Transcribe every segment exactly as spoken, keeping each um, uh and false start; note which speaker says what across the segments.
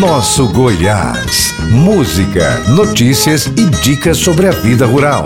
Speaker 1: Nosso Goiás. Música, notícias e dicas sobre a vida rural.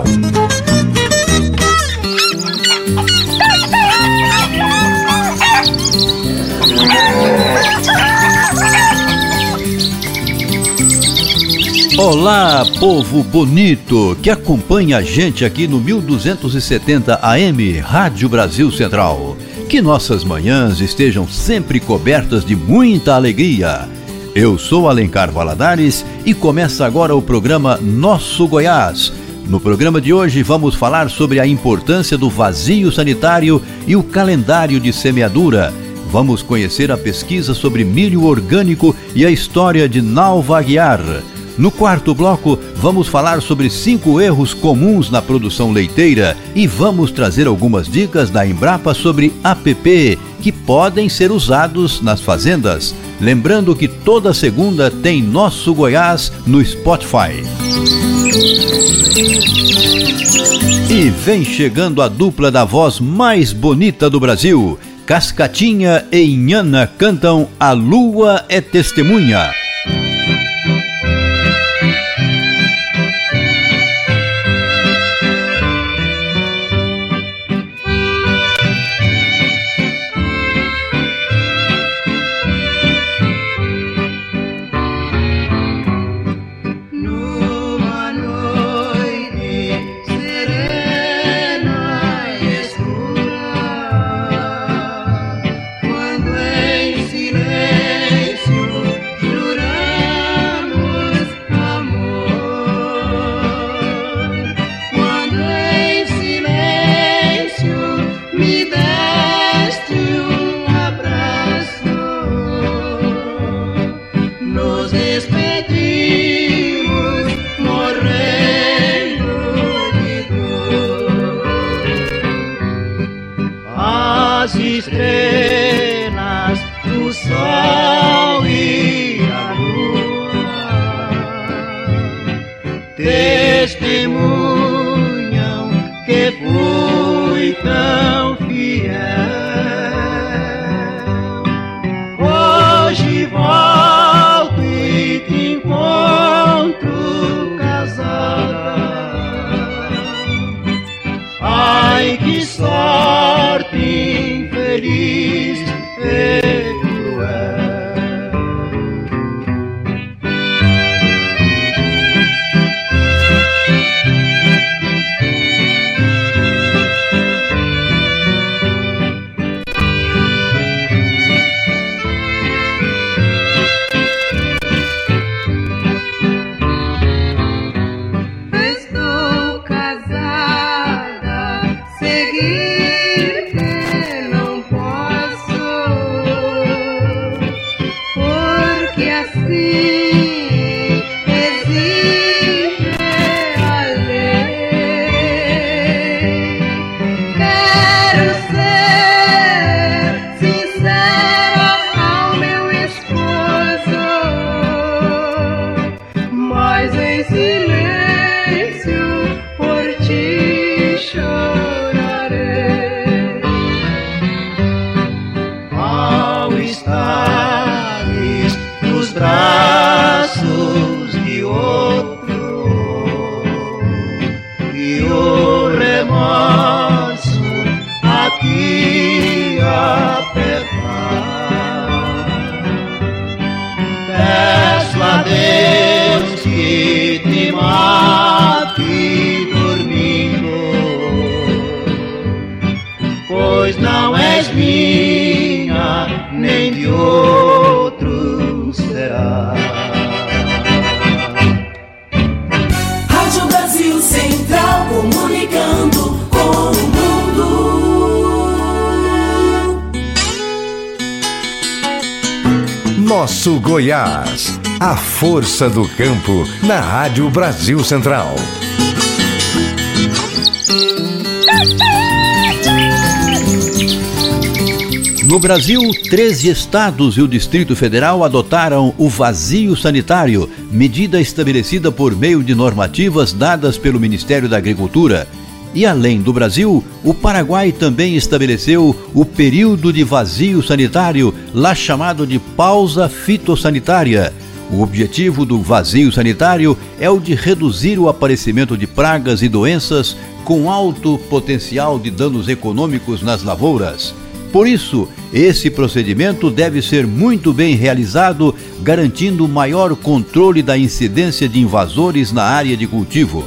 Speaker 2: Olá, povo bonito que acompanha a gente aqui no mil duzentos e setenta A M Rádio Brasil Central. Que nossas manhãs estejam sempre cobertas de muita alegria. Eu sou Alencar Valadares e começa agora o programa Nosso Goiás. No programa de hoje vamos falar sobre a importância do vazio sanitário e o calendário de semeadura. Vamos conhecer a pesquisa sobre milho orgânico e a história de Nalva Aguiar. No quarto bloco, vamos falar sobre cinco erros comuns na produção leiteira e vamos trazer algumas dicas da Embrapa sobre app que podem ser usados nas fazendas. Lembrando que toda segunda tem Nosso Goiás no Spotify. E vem chegando a dupla da voz mais bonita do Brasil. Cascatinha e Inhana cantam A Lua é Testemunha.
Speaker 1: Nosso Goiás, a força do campo, na Rádio Brasil Central.
Speaker 2: No Brasil, treze estados e o Distrito Federal adotaram o vazio sanitário, medida estabelecida por meio de normativas dadas pelo Ministério da Agricultura. E além do Brasil, o Paraguai também estabeleceu o período de vazio sanitário, lá chamado de pausa fitossanitária. O objetivo do vazio sanitário é o de reduzir o aparecimento de pragas e doenças com alto potencial de danos econômicos nas lavouras. Por isso, esse procedimento deve ser muito bem realizado, garantindo maior controle da incidência de invasores na área de cultivo.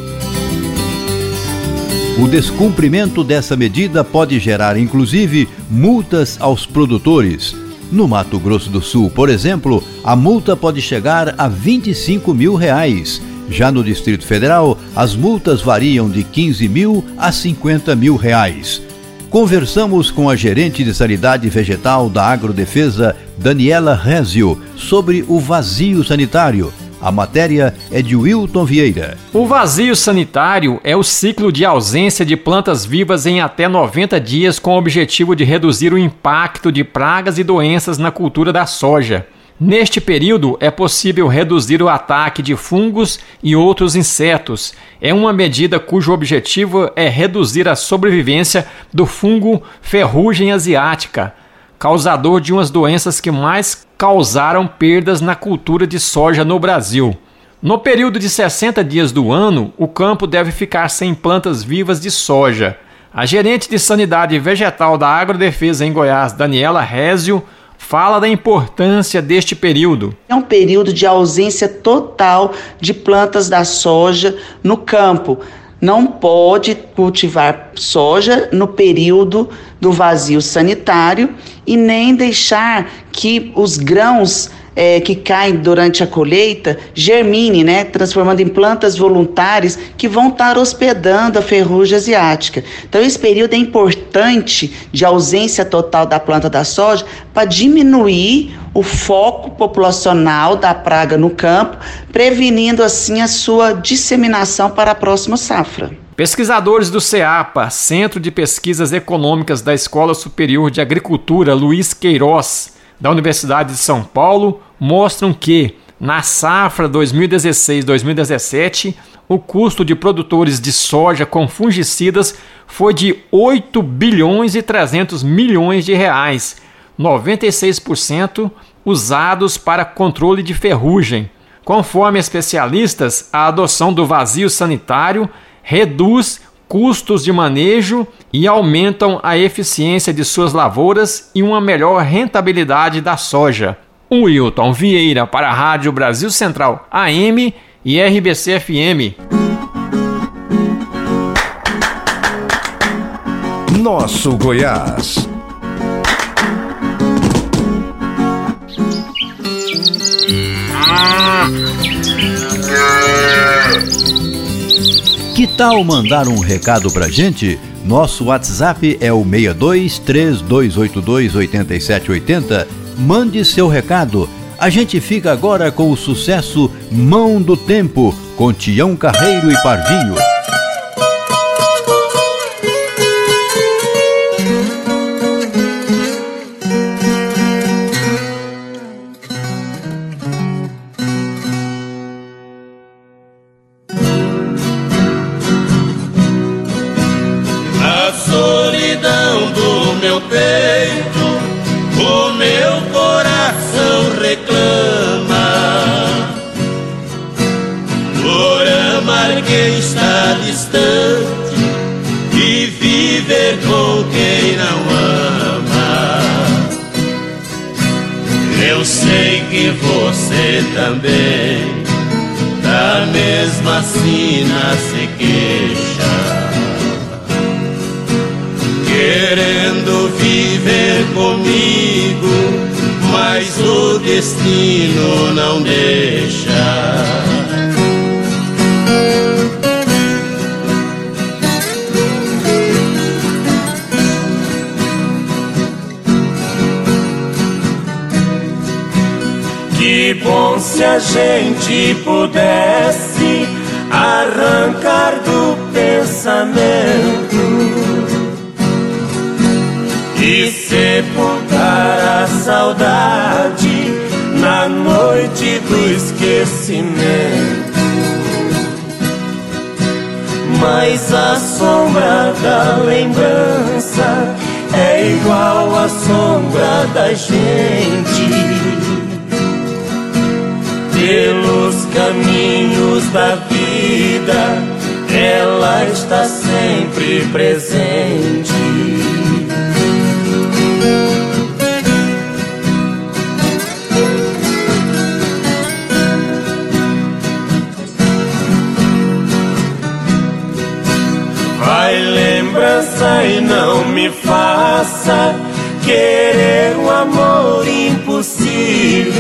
Speaker 2: O descumprimento dessa medida pode gerar, inclusive, multas aos produtores. No Mato Grosso do Sul, por exemplo, a multa pode chegar a vinte e cinco mil reais. Já no Distrito Federal, as multas variam de quinze mil a cinquenta mil reais. Conversamos com a gerente de Sanidade Vegetal da Agrodefesa, Daniela Rézio, sobre o vazio sanitário. A matéria é de Wilton Vieira.
Speaker 3: O vazio sanitário é o ciclo de ausência de plantas vivas em até noventa dias com o objetivo de reduzir o impacto de pragas e doenças na cultura da soja. Neste período, é possível reduzir o ataque de fungos e outros insetos. É uma medida cujo objetivo é reduzir a sobrevivência do fungo ferrugem asiática, causador de umas doenças que mais causaram perdas na cultura de soja no Brasil. No período de sessenta dias do ano, o campo deve ficar sem plantas vivas de soja. A gerente de Sanidade Vegetal da Agrodefesa em Goiás, Daniela Rézio, fala da importância deste período.
Speaker 4: É um período de ausência total de plantas da soja no campo. Não pode cultivar soja no período do vazio sanitário e nem deixar que os grãos é, que caem durante a colheita germinem, né, transformando em plantas voluntárias que vão estar hospedando a ferrugem asiática. Então, esse período é importante de ausência total da planta da soja para diminuir o foco populacional da praga no campo, prevenindo assim a sua disseminação para a próxima safra.
Speaker 3: Pesquisadores do CEAPA, Centro de Pesquisas Econômicas da Escola Superior de Agricultura Luiz Queiroz, da Universidade de São Paulo, mostram que, na safra dois mil e dezesseis dois mil e dezessete, o custo de produtores de soja com fungicidas foi de oito bilhões e trezentos milhões de reais, noventa e seis por cento usados para controle de ferrugem. Conforme especialistas, a adoção do vazio sanitário reduz custos de manejo e aumentam a eficiência de suas lavouras e uma melhor rentabilidade da soja. Wilton Vieira para a Rádio Brasil Central A M e R B C F M.
Speaker 1: Nosso Goiás.
Speaker 2: Que tal mandar um recado pra gente? Nosso WhatsApp é o seis dois três dois oito dois oito sete oito zero. Mande seu recado. A gente fica agora com o sucesso Mão do Tempo, com Tião Carreiro e Parvinho.
Speaker 5: Também da mesma sina se queixa, querendo viver comigo, mas o destino não deixa. Que bom se a gente pudesse arrancar do pensamento e sepultar a saudade na noite do esquecimento. Mas a sombra da lembrança é igual à sombra da gente. caminhos da vida, ela está sempre presente. Vai lembrança e não me faça querer um amor impossível.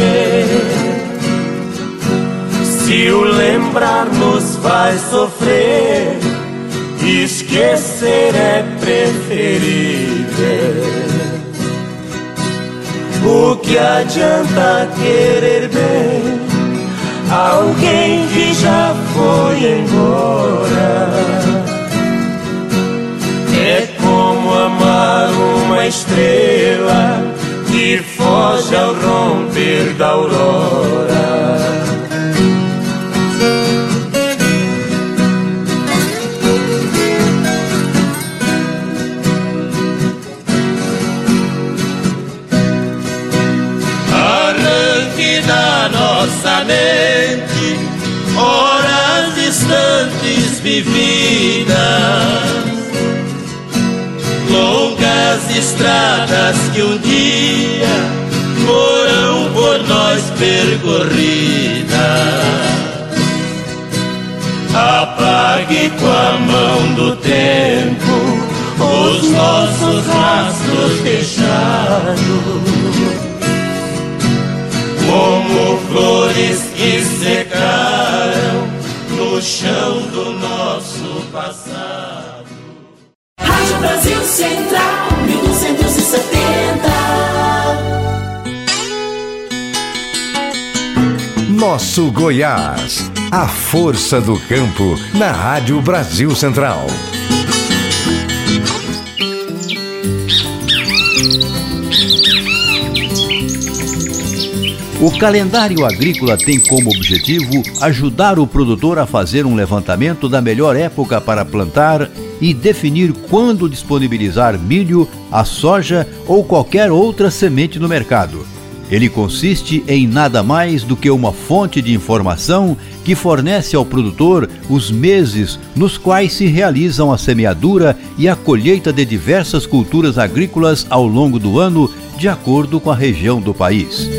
Speaker 5: Se o lembrar nos faz sofrer, esquecer é preferível. O que adianta querer bem alguém que já foi embora? É como amar uma estrela que foge ao romper da aurora. Arranque da nossa mente horas distantes vividas, longas estradas que um dia foram por nós percorridas. Apague com a mão do tempo os nossos rastros deixados, como flores que secaram no chão do nosso passado.
Speaker 6: Rádio Brasil Central, mil duzentos e setenta.
Speaker 1: Nosso Goiás, a força do campo, na Rádio Brasil Central.
Speaker 2: O calendário agrícola tem como objetivo ajudar o produtor a fazer um levantamento da melhor época para plantar e definir quando disponibilizar milho, a soja ou qualquer outra semente no mercado. Ele consiste em nada mais do que uma fonte de informação que fornece ao produtor os meses nos quais se realizam a semeadura e a colheita de diversas culturas agrícolas ao longo do ano, de acordo com a região do país.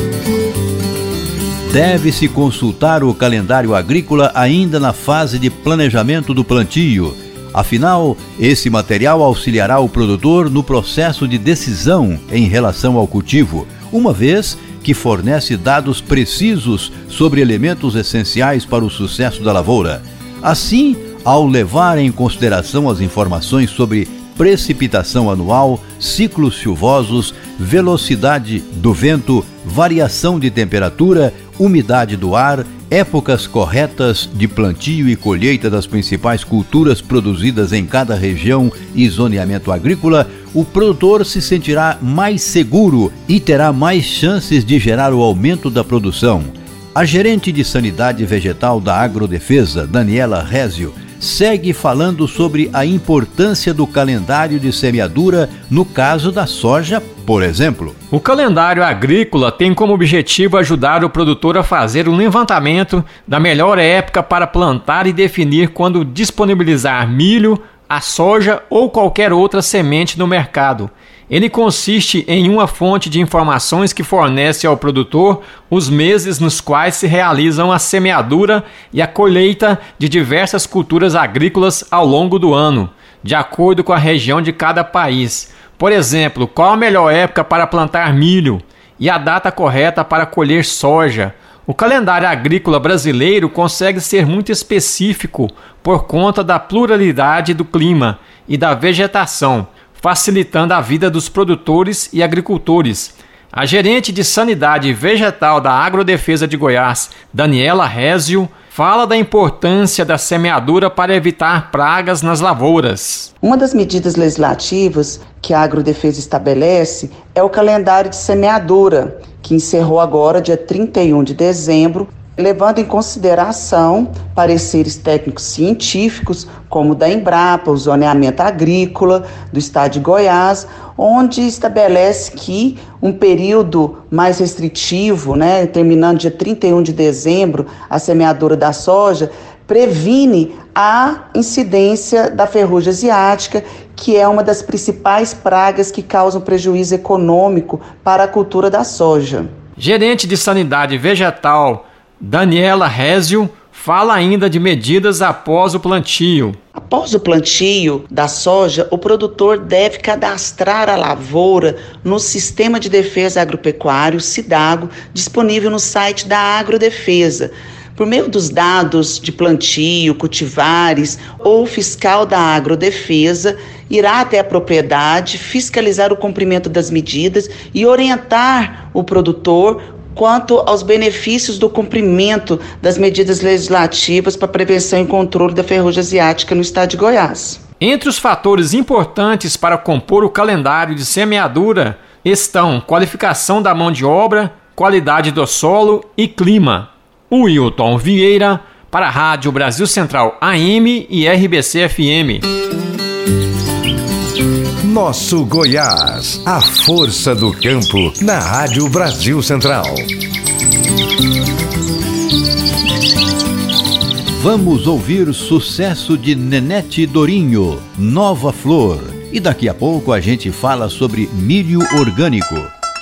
Speaker 2: Deve-se consultar o calendário agrícola ainda na fase de planejamento do plantio. Afinal, esse material auxiliará o produtor no processo de decisão em relação ao cultivo, uma vez que fornece dados precisos sobre elementos essenciais para o sucesso da lavoura. Assim, ao levar em consideração as informações sobre precipitação anual, ciclos chuvosos, velocidade do vento, variação de temperatura, umidade do ar, épocas corretas de plantio e colheita das principais culturas produzidas em cada região e zoneamento agrícola, o produtor se sentirá mais seguro e terá mais chances de gerar o aumento da produção. A gerente de Sanidade Vegetal da Agrodefesa, Daniela Rézio, segue falando sobre a importância do calendário de semeadura no caso da soja, por exemplo.
Speaker 3: O calendário agrícola tem como objetivo ajudar o produtor a fazer um levantamento da melhor época para plantar e definir quando disponibilizar milho, a soja ou qualquer outra semente no mercado. Ele consiste em uma fonte de informações que fornece ao produtor os meses nos quais se realizam a semeadura e a colheita de diversas culturas agrícolas ao longo do ano, de acordo com a região de cada país. Por exemplo, qual a melhor época para plantar milho e a data correta para colher soja. O calendário agrícola brasileiro consegue ser muito específico por conta da pluralidade do clima e da vegetação, facilitando a vida dos produtores e agricultores. A gerente de Sanidade Vegetal da Agrodefesa de Goiás, Daniela Rézio, fala da importância da semeadura para evitar pragas nas lavouras.
Speaker 4: Uma das medidas legislativas que a Agrodefesa estabelece é o calendário de semeadura, que encerrou agora dia trinta e um de dezembro levando em consideração pareceres técnicos científicos, como o da Embrapa, o Zoneamento Agrícola do Estado de Goiás, onde estabelece que um período mais restritivo, né, terminando dia trinta e um de dezembro, a semeadura da soja, previne a incidência da ferrugem asiática, que é uma das principais pragas que causam prejuízo econômico para a cultura da soja.
Speaker 3: Gerente de Sanidade Vegetal, Daniela Rézio, fala ainda de medidas após o plantio.
Speaker 4: Após o plantio da soja, o produtor deve cadastrar a lavoura no Sistema de Defesa Agropecuário, SIDAGO, disponível no site da Agrodefesa. Por meio dos dados de plantio, cultivares ou fiscal da Agrodefesa, irá até a propriedade fiscalizar o cumprimento das medidas e orientar o produtor quanto aos benefícios do cumprimento das medidas legislativas para prevenção e controle da ferrugem asiática no estado de Goiás.
Speaker 3: Entre os fatores importantes para compor o calendário de semeadura estão qualificação da mão de obra, qualidade do solo e clima. Wilton Vieira, para a Rádio Brasil Central A M e R B C F M.
Speaker 1: Nosso Goiás, a força do campo, na Rádio Brasil Central.
Speaker 2: Vamos ouvir sucesso de Nenete Dorinho, Nova Flor. E daqui a pouco a gente fala sobre milho orgânico.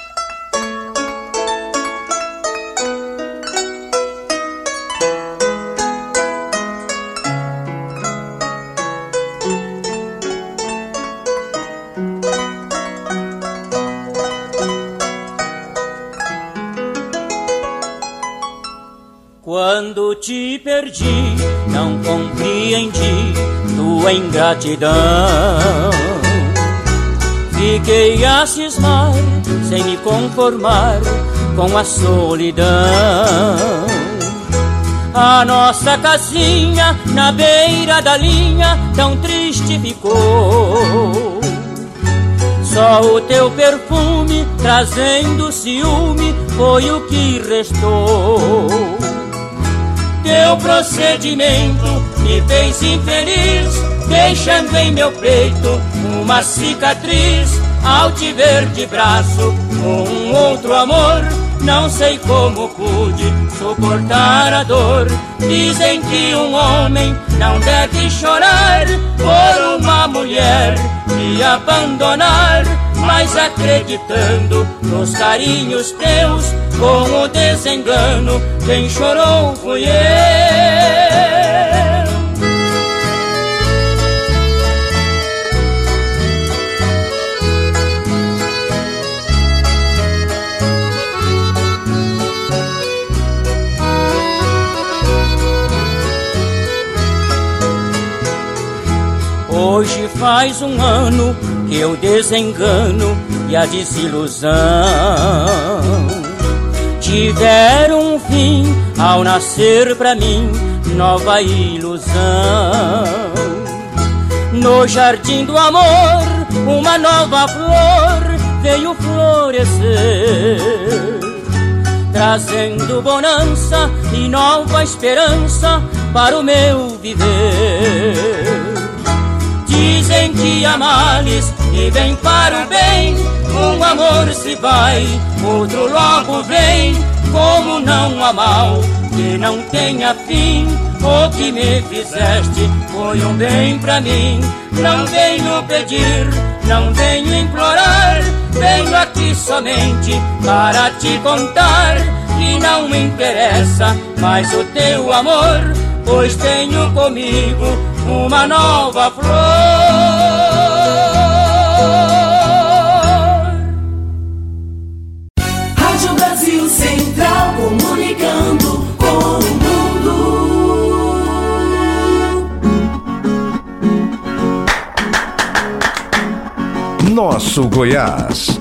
Speaker 5: Quando te perdi, não compreendi tua ingratidão. Fiquei a cismar, sem me conformar com a solidão. A nossa casinha, na beira da linha, tão triste ficou. Só o teu perfume, trazendo ciúme, foi o que restou. Teu procedimento me fez infeliz, deixando em meu peito uma cicatriz. Ao te ver de braço com um outro amor, não sei como pude suportar a dor. Dizem que um homem não deve chorar por uma mulher me abandonar, mas acreditando nos carinhos teus, com o desengano, quem chorou fui eu. Hoje faz um ano que o desengano e a desilusão tiveram um fim ao nascer pra mim nova ilusão. No jardim do amor uma nova flor veio florescer, trazendo bonança e nova esperança para o meu viver. Dizem que há males e vem para o bem, um amor se vai, outro logo vem. Como não há mal que não tenha fim, o que me fizeste foi um bem pra mim. Não venho pedir, não venho implorar, venho aqui somente para te contar que não me interessa mais o teu amor, pois tenho comigo uma nova flor.
Speaker 6: Rádio Brasil Central, comunicando com o mundo.
Speaker 1: Nosso Goiás.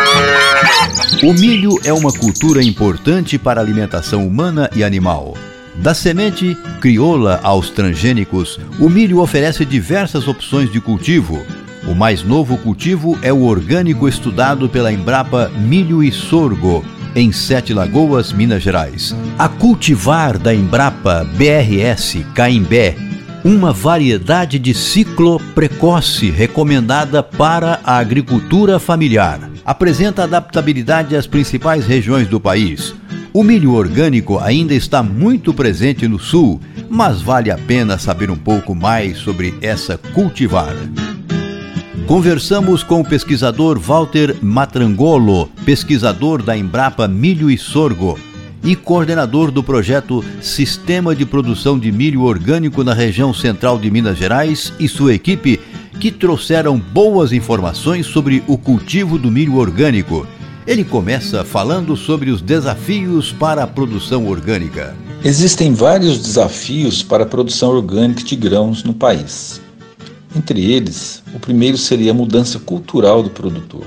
Speaker 2: O milho é uma cultura importante para a alimentação humana e animal. Da semente crioula aos transgênicos, o milho oferece diversas opções de cultivo. O mais novo cultivo é o orgânico estudado pela Embrapa Milho e Sorgo, em Sete Lagoas, Minas Gerais. A cultivar da Embrapa B R S Caimbé, uma variedade de ciclo precoce recomendada para a agricultura familiar. Apresenta adaptabilidade às principais regiões do país. O milho orgânico ainda está muito presente no sul, mas vale a pena saber um pouco mais sobre essa cultivar. Conversamos com o pesquisador Walter Matrangolo, pesquisador da Embrapa Milho e Sorgo e coordenador do projeto Sistema de Produção de Milho Orgânico na região central de Minas Gerais, e sua equipe, que trouxeram boas informações sobre o cultivo do milho orgânico. Ele começa falando sobre os desafios para a produção orgânica.
Speaker 7: Existem vários desafios para a produção orgânica de grãos no país. Entre eles, o primeiro seria a mudança cultural do produtor.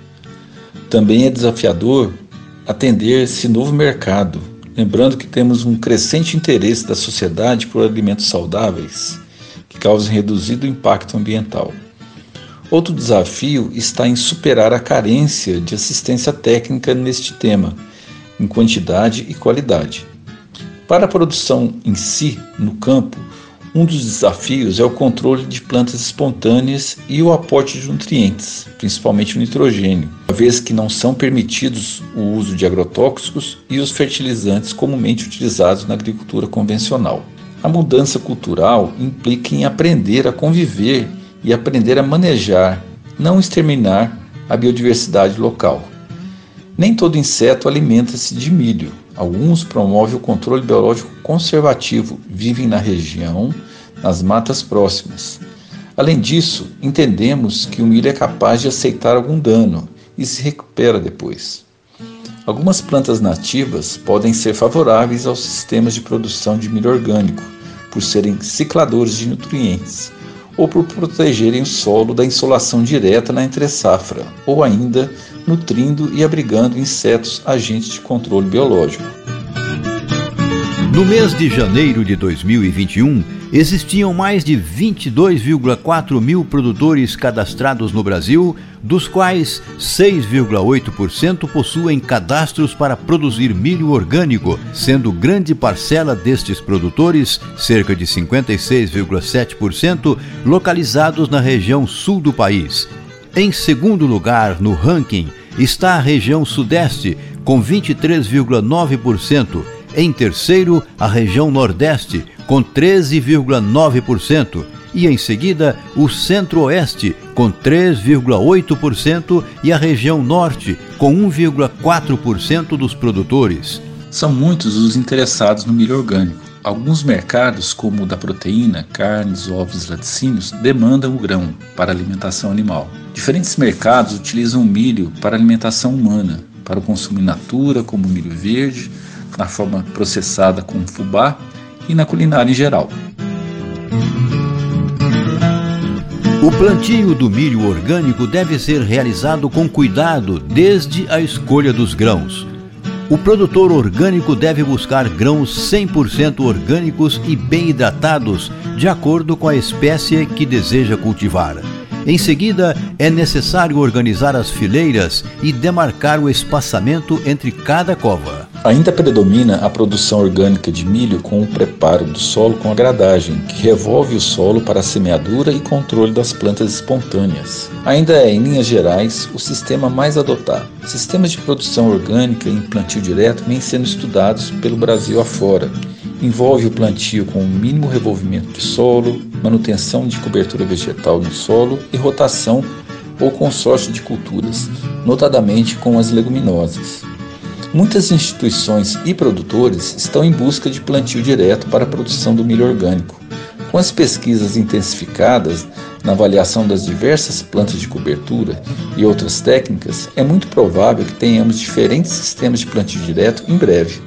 Speaker 7: Também é desafiador atender esse novo mercado, lembrando que temos um crescente interesse da sociedade por alimentos saudáveis, que causam reduzido impacto ambiental. Outro desafio está em superar a carência de assistência técnica neste tema, em quantidade e qualidade. Para a produção em si, no campo, um dos desafios é o controle de plantas espontâneas e o aporte de nutrientes, principalmente o nitrogênio, uma vez que não são permitidos o uso de agrotóxicos e os fertilizantes comumente utilizados na agricultura convencional. A mudança cultural implica em aprender a conviver e aprender a manejar, não exterminar, a biodiversidade local. Nem todo inseto alimenta-se de milho. Alguns promovem o controle biológico conservativo, vivem na região, nas matas próximas. Além disso, entendemos que o milho é capaz de aceitar algum dano e se recupera depois. Algumas plantas nativas podem ser favoráveis aos sistemas de produção de milho orgânico, por serem cicladores de nutrientes, ou por protegerem o solo da insolação direta na entre-safra, ou ainda nutrindo e abrigando insetos agentes de controle biológico.
Speaker 2: No mês de janeiro de dois mil e vinte e um, existiam mais de vinte e dois vírgula quatro mil produtores cadastrados no Brasil, dos quais seis vírgula oito por cento possuem cadastros para produzir milho orgânico, sendo grande parcela destes produtores, cerca de cinquenta e seis vírgula sete por cento, localizados na região sul do país. Em segundo lugar no ranking está a região sudeste, com vinte e três vírgula nove por cento. Em terceiro, a região nordeste, com treze vírgula nove por cento. E em seguida, o centro-oeste, com três vírgula oito por cento, e a região norte, com um vírgula quatro por cento dos produtores.
Speaker 7: São muitos os interessados no milho orgânico. Alguns mercados, como o da proteína, carnes, ovos e laticínios, demandam o grão para alimentação animal. Diferentes mercados utilizam o milho para alimentação humana, para o consumo in natura, como o milho verde, na forma processada com fubá e na culinária em geral.
Speaker 2: O plantio do milho orgânico deve ser realizado com cuidado desde a escolha dos grãos. O produtor orgânico deve buscar grãos cem por cento orgânicos e bem hidratados, de acordo com a espécie que deseja cultivar. Em seguida, é necessário organizar as fileiras e demarcar o espaçamento entre cada cova.
Speaker 7: Ainda predomina a produção orgânica de milho com o preparo do solo com a gradagem, que revolve o solo para a semeadura e controle das plantas espontâneas. Ainda é, em linhas gerais, o sistema mais adotado. Sistemas de produção orgânica em plantio direto vêm sendo estudados pelo Brasil afora. Envolve o plantio com o mínimo revolvimento de solo, manutenção de cobertura vegetal no solo e rotação ou consórcio de culturas, notadamente com as leguminosas. Muitas instituições e produtores estão em busca de plantio direto para a produção do milho orgânico. Com as pesquisas intensificadas na avaliação das diversas plantas de cobertura e outras técnicas, é muito provável que tenhamos diferentes sistemas de plantio direto em breve.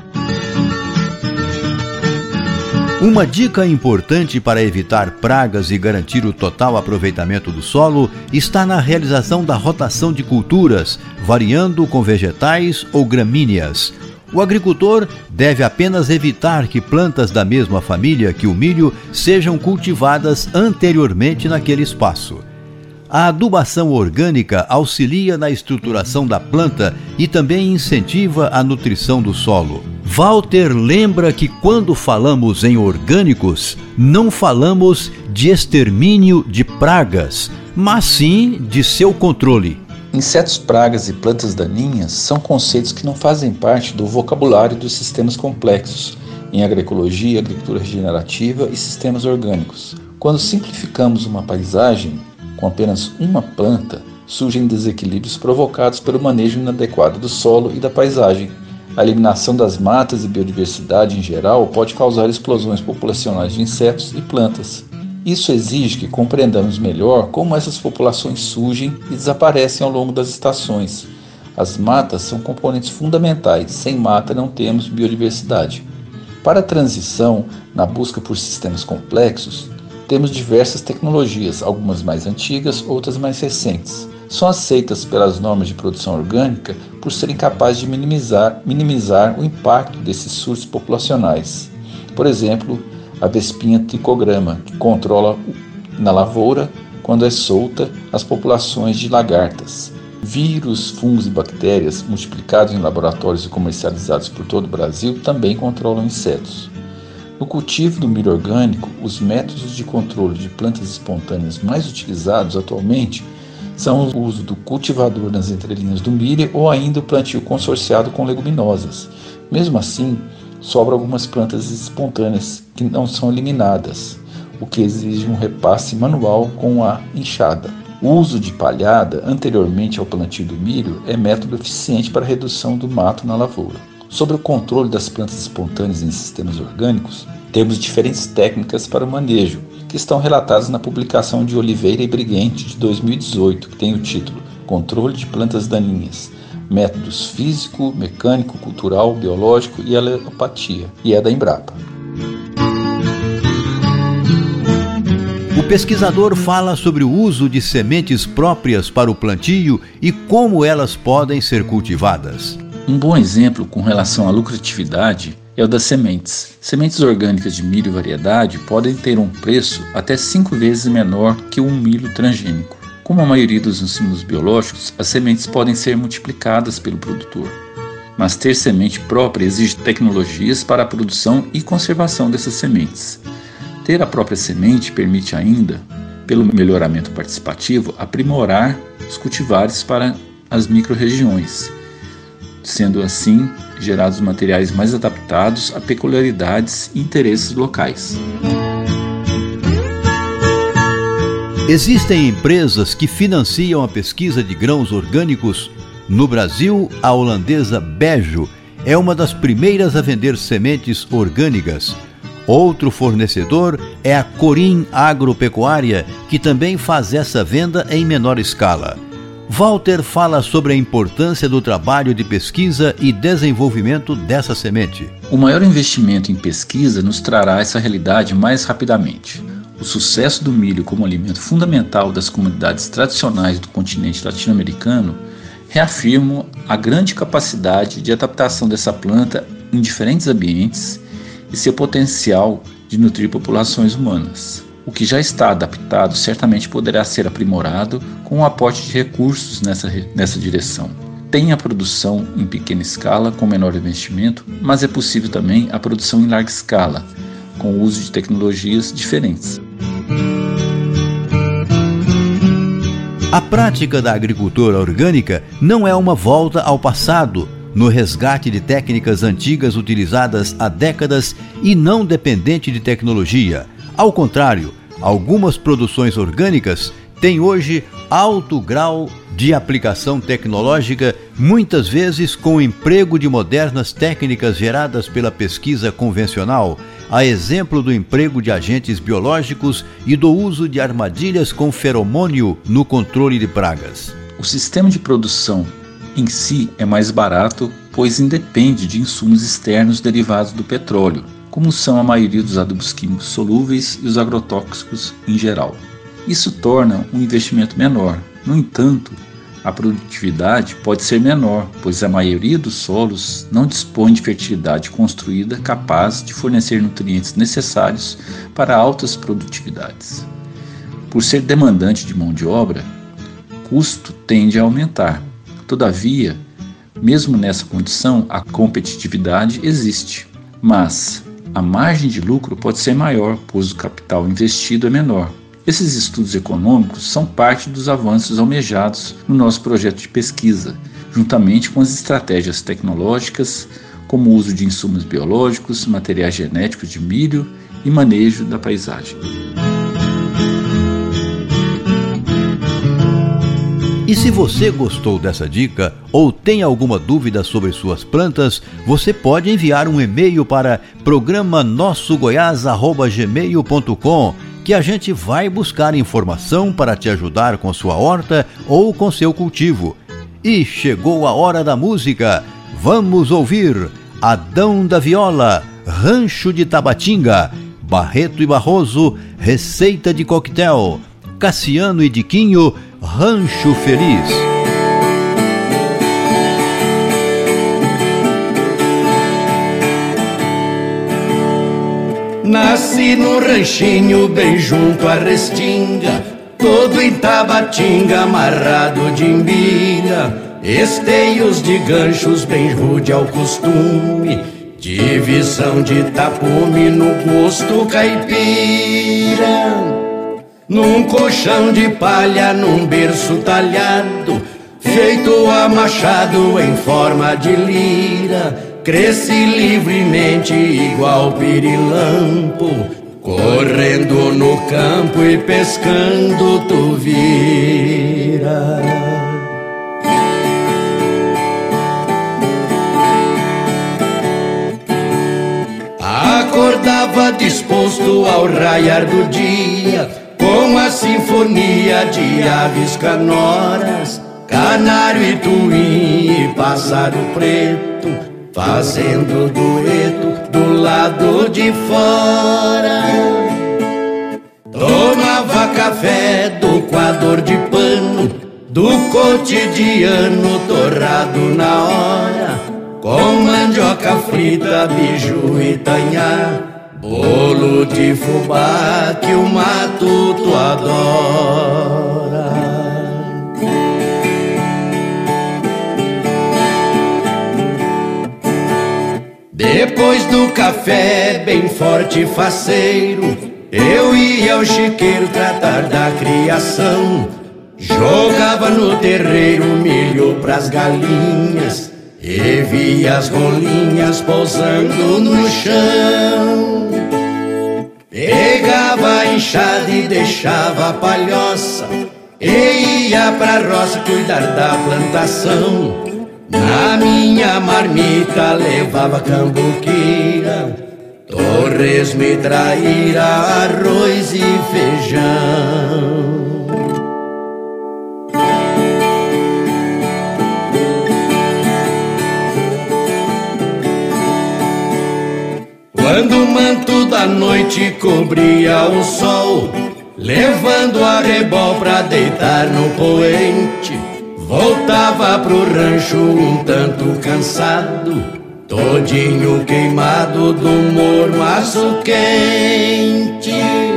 Speaker 2: Uma dica importante para evitar pragas e garantir o total aproveitamento do solo está na realização da rotação de culturas, variando com vegetais ou gramíneas. O agricultor deve apenas evitar que plantas da mesma família que o milho sejam cultivadas anteriormente naquele espaço. A adubação orgânica auxilia na estruturação da planta e também incentiva a nutrição do solo. Walter lembra que quando falamos em orgânicos, não falamos de extermínio de pragas, mas sim de seu controle.
Speaker 7: Insetos, pragas e plantas daninhas são conceitos que não fazem parte do vocabulário dos sistemas complexos em agroecologia, agricultura regenerativa e sistemas orgânicos. Quando simplificamos uma paisagem com apenas uma planta, surgem desequilíbrios provocados pelo manejo inadequado do solo e da paisagem. A eliminação das matas e biodiversidade em geral pode causar explosões populacionais de insetos e plantas. Isso exige que compreendamos melhor como essas populações surgem e desaparecem ao longo das estações. As matas são componentes fundamentais, sem mata não temos biodiversidade. Para a transição, na busca por sistemas complexos, temos diversas tecnologias, algumas mais antigas, outras mais recentes. São aceitas pelas normas de produção orgânica por serem capazes de minimizar, minimizar o impacto desses surtos populacionais. Por exemplo, a vespinha tricograma, que controla na lavoura, quando é solta, as populações de lagartas. Vírus, fungos e bactérias, multiplicados em laboratórios e comercializados por todo o Brasil, também controlam insetos. No cultivo do milho orgânico, os métodos de controle de plantas espontâneas mais utilizados atualmente são o uso do cultivador nas entrelinhas do milho ou ainda o plantio consorciado com leguminosas. Mesmo assim, sobram algumas plantas espontâneas que não são eliminadas, o que exige um repasse manual com a enxada. O uso de palhada anteriormente ao plantio do milho é método eficiente para a redução do mato na lavoura. Sobre o controle das plantas espontâneas em sistemas orgânicos, temos diferentes técnicas para o manejo, que estão relatadas na publicação de Oliveira e Briguente de dois mil e dezoito, que tem o título Controle de Plantas Daninhas, Métodos Físico, Mecânico, Cultural, Biológico e Alopatia, e é da Embrapa.
Speaker 2: O pesquisador fala sobre o uso de sementes próprias para o plantio e como elas podem ser cultivadas.
Speaker 7: Um bom exemplo com relação à lucratividade é o das sementes. Sementes orgânicas de milho e variedade podem ter um preço até cinco vezes menor que um milho transgênico. Como a maioria dos insumos biológicos, as sementes podem ser multiplicadas pelo produtor. Mas ter semente própria exige tecnologias para a produção e conservação dessas sementes. Ter a própria semente permite ainda, pelo melhoramento participativo, aprimorar os cultivares para as micro-regiões, sendo assim gerados materiais mais adaptados a peculiaridades e interesses locais.
Speaker 2: Existem empresas que financiam a pesquisa de grãos orgânicos. No Brasil, a holandesa Bejo é uma das primeiras a vender sementes orgânicas. Outro fornecedor é a Corim Agropecuária, que também faz essa venda em menor escala. Walter fala sobre a importância do trabalho de pesquisa e desenvolvimento dessa semente.
Speaker 7: O maior investimento em pesquisa nos trará essa realidade mais rapidamente. O sucesso do milho como alimento fundamental das comunidades tradicionais do continente latino-americano reafirma a grande capacidade de adaptação dessa planta em diferentes ambientes e seu potencial de nutrir populações humanas. O que já está adaptado certamente poderá ser aprimorado com o aporte de recursos nessa, nessa direção. Tem a produção em pequena escala, com menor investimento, mas é possível também a produção em larga escala, com o uso de tecnologias diferentes.
Speaker 2: A prática da agricultura orgânica não é uma volta ao passado, no resgate de técnicas antigas utilizadas há décadas e não dependente de tecnologia. Ao contrário, algumas produções orgânicas têm hoje alto grau de aplicação tecnológica, muitas vezes com o emprego de modernas técnicas geradas pela pesquisa convencional, a exemplo do emprego de agentes biológicos e do uso de armadilhas com feromônio no controle de pragas.
Speaker 7: O sistema de produção em si é mais barato, pois independe de insumos externos derivados do petróleo, como são a maioria dos adubos químicos solúveis e os agrotóxicos em geral. Isso torna um investimento menor. No entanto, a produtividade pode ser menor, pois a maioria dos solos não dispõe de fertilidade construída capaz de fornecer nutrientes necessários para altas produtividades. Por ser demandante de mão de obra, o custo tende a aumentar. Todavia, mesmo nessa condição, a competitividade existe, mas a margem de lucro pode ser maior, pois o capital investido é menor. Esses estudos econômicos são parte dos avanços almejados no nosso projeto de pesquisa, juntamente com as estratégias tecnológicas, como o uso de insumos biológicos, materiais genéticos de milho e manejo da paisagem.
Speaker 2: E se você gostou dessa dica ou tem alguma dúvida sobre suas plantas, você pode enviar um e-mail para programa nosso goiás arroba gmail ponto com, que a gente vai buscar informação para te ajudar com sua horta ou com seu cultivo. E chegou a hora da música. Vamos ouvir Adão da Viola, Rancho de Tabatinga, Barreto e Barroso, Receita de Coquetel, Cassiano e Diquinho, Rancho Feliz.
Speaker 8: Nasci no ranchinho bem junto à restinga, todo em Tabatinga amarrado de imbira, esteios de ganchos bem rude ao costume, divisão de tapume no gosto caipira. Num colchão de palha, num berço talhado, feito a machado em forma de lira, cresci livremente igual pirilampo, correndo no campo e pescando tu vira. Acordava disposto ao raiar do dia, com a sinfonia de aves canoras, canário e tuim e pássaro preto, fazendo dueto do lado de fora. Tomava café do coador de pano, do cotidiano torrado na hora, com mandioca frita, biju e tanhá, bolo de fubá que o matuto adora. Depois do café bem forte e faceiro, eu ia ao chiqueiro tratar da criação. Jogava no terreiro milho pras galinhas e via as rolinhas pousando no chão. Pegava a enxada e deixava a palhoça e ia pra roça cuidar da plantação. Na minha marmita levava cambuquira, torresmo, traíra, arroz e feijão. Quando o manto da noite cobria o sol, levando a rebol pra deitar no poente, voltava pro rancho um tanto cansado, todinho queimado do mormaço quente.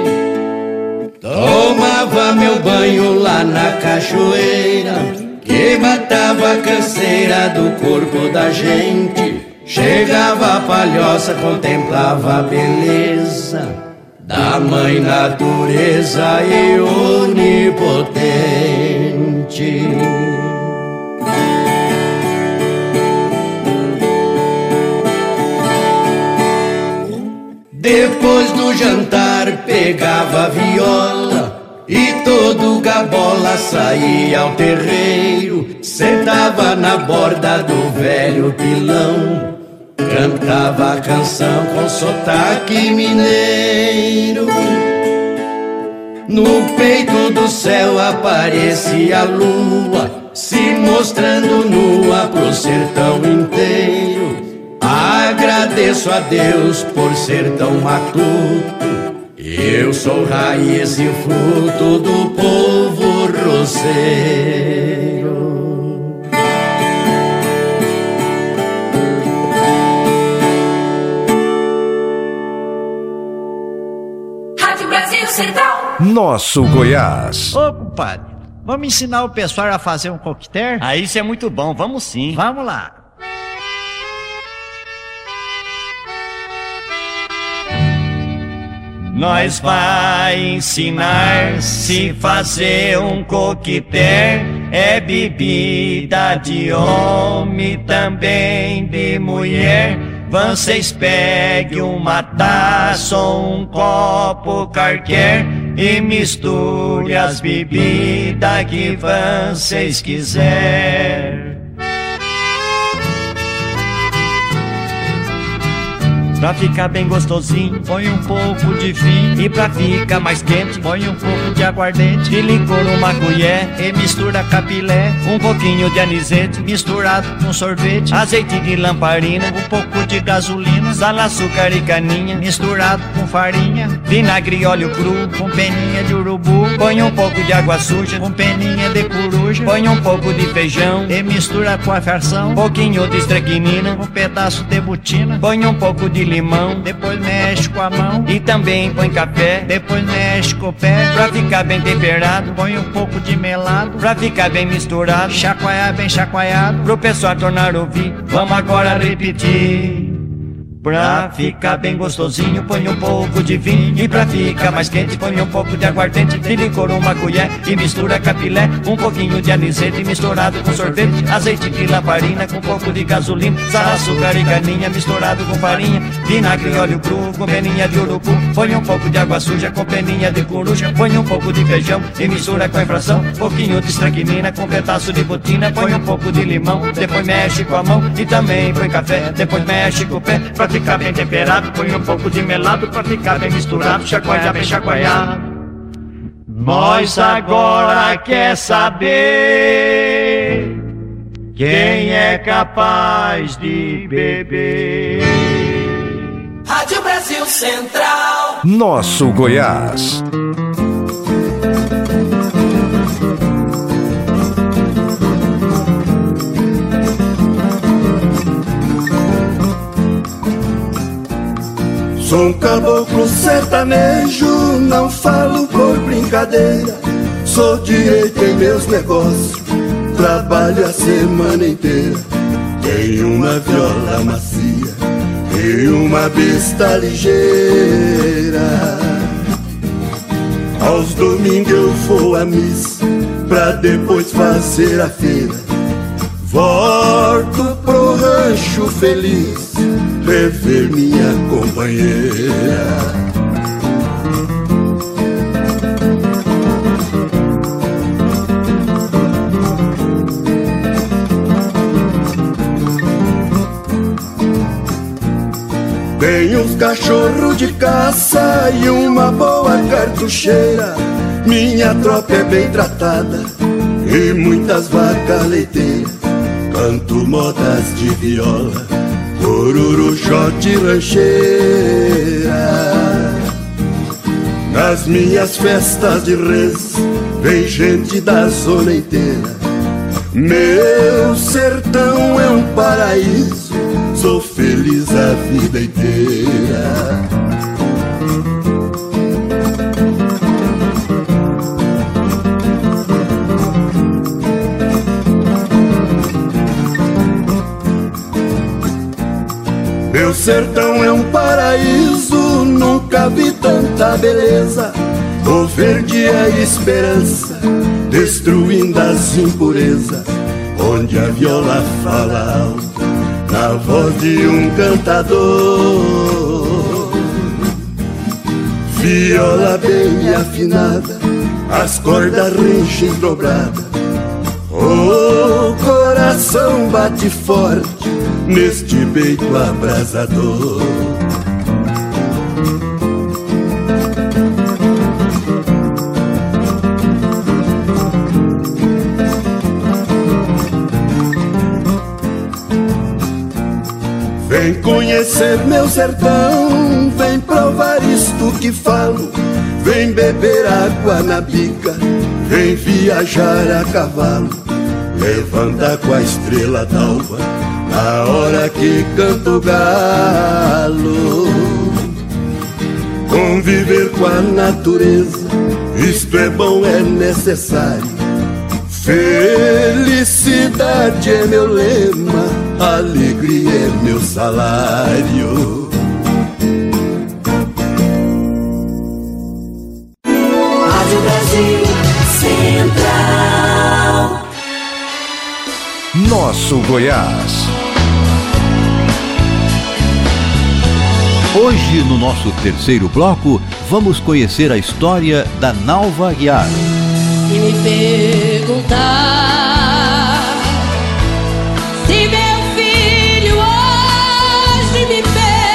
Speaker 8: Tomava meu banho lá na cachoeira, que matava a canseira do corpo da gente. Chegava a palhoça, contemplava a beleza da mãe natureza e onipotente. Depois do jantar pegava a viola e todo gabola saía ao terreiro, sentava na borda do velho pilão, cantava a canção com sotaque mineiro. No peito do céu aparecia a lua, se mostrando nua pro sertão inteiro. Agradeço a Deus por ser tão matuto, eu sou raiz e fruto do povo roceiro.
Speaker 6: Brasil Central.
Speaker 1: Nosso Goiás.
Speaker 9: Ô, compadre, vamos ensinar o pessoal a fazer um coquetel?
Speaker 10: Ah, isso é muito bom, vamos sim.
Speaker 9: Vamos lá.
Speaker 10: Nós vai ensinar se fazer um coquetel. É bebida de homem, também de mulher. Vocês peguem uma taça ou um copo qualquer e misture as bebidas que vocês quiser. Pra ficar bem gostosinho, põe um pouco de vinho. E pra ficar mais quente, põe um pouco de aguardente. De licor uma colher e mistura capilé. Um pouquinho de anisete misturado com sorvete. Azeite de lamparina, um pouco de gasolina. Sal, açúcar e caninha misturado com farinha. Vinagre e óleo cru com peninha de urubu. Põe um pouco de água suja com peninha de coruja. Põe um pouco de feijão e mistura com a farção. Um pouquinho de estrequinina, um pedaço de butina. Põe um pouco de limão, depois mexe com a mão. E também põe café, depois mexe com o pé. Pra ficar bem temperado, põe um pouco de melado. Pra ficar bem misturado, chacoalhar bem chacoalhado. Pro pessoal tornar a ouvir, vamos agora repetir. Pra ficar bem gostosinho, põe um pouco de vinho. E pra ficar mais quente, põe um pouco de aguardente. De licor uma colher e mistura capilé. Um pouquinho de anisete misturado com sorvete. Azeite de lamparina com um pouco de gasolina. Sal, açúcar e caninha misturado com farinha. Vinagre e óleo cru com peninha de urucu. Põe um pouco de água suja com peninha de coruja. Põe um pouco de feijão e mistura com a infração. Um pouquinho de estraquinina com um pedaço de botina. Põe um pouco de limão, depois mexe com a mão. E também põe café, depois mexe com o pé. Pra ficar bem temperado, põe um pouco de melado. Pra ficar bem misturado, chacoalhar bem chacoalhado. Nós agora quer saber quem é capaz de beber.
Speaker 6: Rádio Brasil Central.
Speaker 1: Nosso Goiás.
Speaker 8: Sou um caboclo sertanejo, não falo por brincadeira. Sou direito em meus negócios, trabalho a semana inteira. Tenho uma viola macia e uma besta ligeira. Aos domingos eu vou à missa, pra depois fazer a feira. Volto pro rancho feliz, rever minha companheira. Tem uns cachorros de caça e uma boa cartucheira. Minha tropa é bem tratada e muitas vacas leiteiras. Canto modas de viola, corurujote rancheira. Nas minhas festas de reis vem gente da zona inteira. Meu sertão é um paraíso, sou feliz a vida inteira. Meu sertão é um paraíso, nunca vi tanta beleza. O verde é a esperança, destruindo as impurezas. Onde a viola fala alto, na voz de um cantador. Viola bem afinada, as cordas rangem dobradas. O coração bate forte neste peito abrasador. Vem conhecer meu sertão, vem provar isto que falo. Vem beber água na bica, vem viajar a cavalo. Levanta com a estrela d'alva na hora que canta o galo.
Speaker 11: conviver com a natureza, isto é bom, é necessário. Felicidade é meu lema, alegria é meu salário.
Speaker 6: Rádio Brasil Central.
Speaker 1: Nosso Goiás.
Speaker 2: Hoje, no nosso terceiro bloco, vamos conhecer a história da Nalva Aguiar.
Speaker 12: Se me perguntar se meu filho hoje me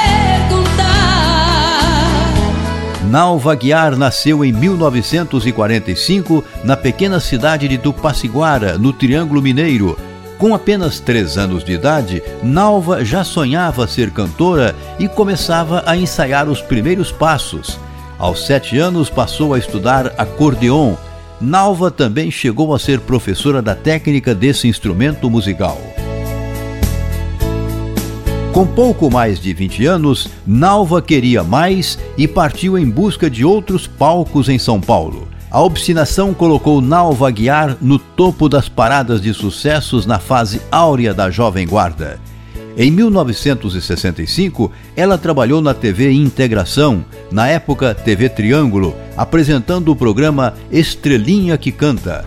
Speaker 12: perguntar.
Speaker 2: Nalva Aguiar nasceu em mil novecentos e quarenta e cinco na pequena cidade de Tupaciguara, no Triângulo Mineiro. Com apenas três anos de idade, Nalva já sonhava ser cantora e começava a ensaiar os primeiros passos. Aos sete anos passou a estudar acordeon. Nalva também chegou a ser professora da técnica desse instrumento musical. Com pouco mais de vinte anos, Nalva queria mais e partiu em busca de outros palcos em São Paulo. A obstinação colocou Nalva Aguiar no topo das paradas de sucessos na fase áurea da Jovem Guarda. Em mil novecentos e sessenta e cinco, ela trabalhou na T V Integração, na época T V Triângulo, apresentando o programa Estrelinha que Canta.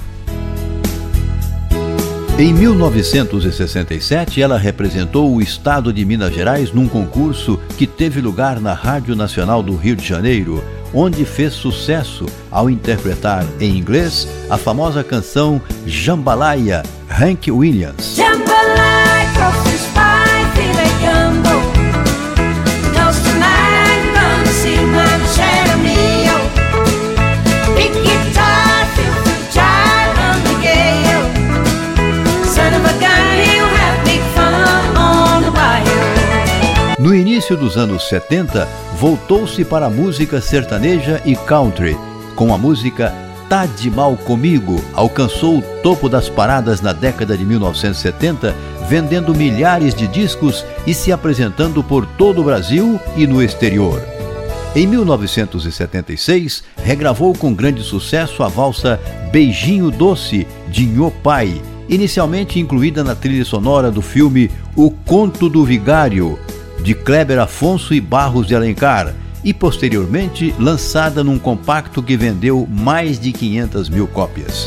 Speaker 2: Em mil novecentos e sessenta e sete, ela representou o estado de Minas Gerais num concurso que teve lugar na Rádio Nacional do Rio de Janeiro, onde fez sucesso ao interpretar em inglês a famosa canção Jambalaya, Hank Williams.
Speaker 12: Jambalaya, cross spine, feel like gumbo. Knows tonight, gonna see my shadow meal. Big guitar, feel free child on the gale. Son of a gun, he'll have big fun on the wire.
Speaker 2: No início dos anos setenta, voltou-se para a música sertaneja e country. Com a música Tá de Mal Comigo, alcançou o topo das paradas na década de mil novecentos e setenta, vendendo milhares de discos e se apresentando por todo o Brasil e no exterior. Em mil novecentos e setenta e seis, regravou com grande sucesso a valsa Beijinho Doce, de Nhô Pai, inicialmente incluída na trilha sonora do filme O Conto do Vigário, de Kleber Afonso e Barros de Alencar, e posteriormente lançada num compacto que vendeu mais de quinhentas mil cópias.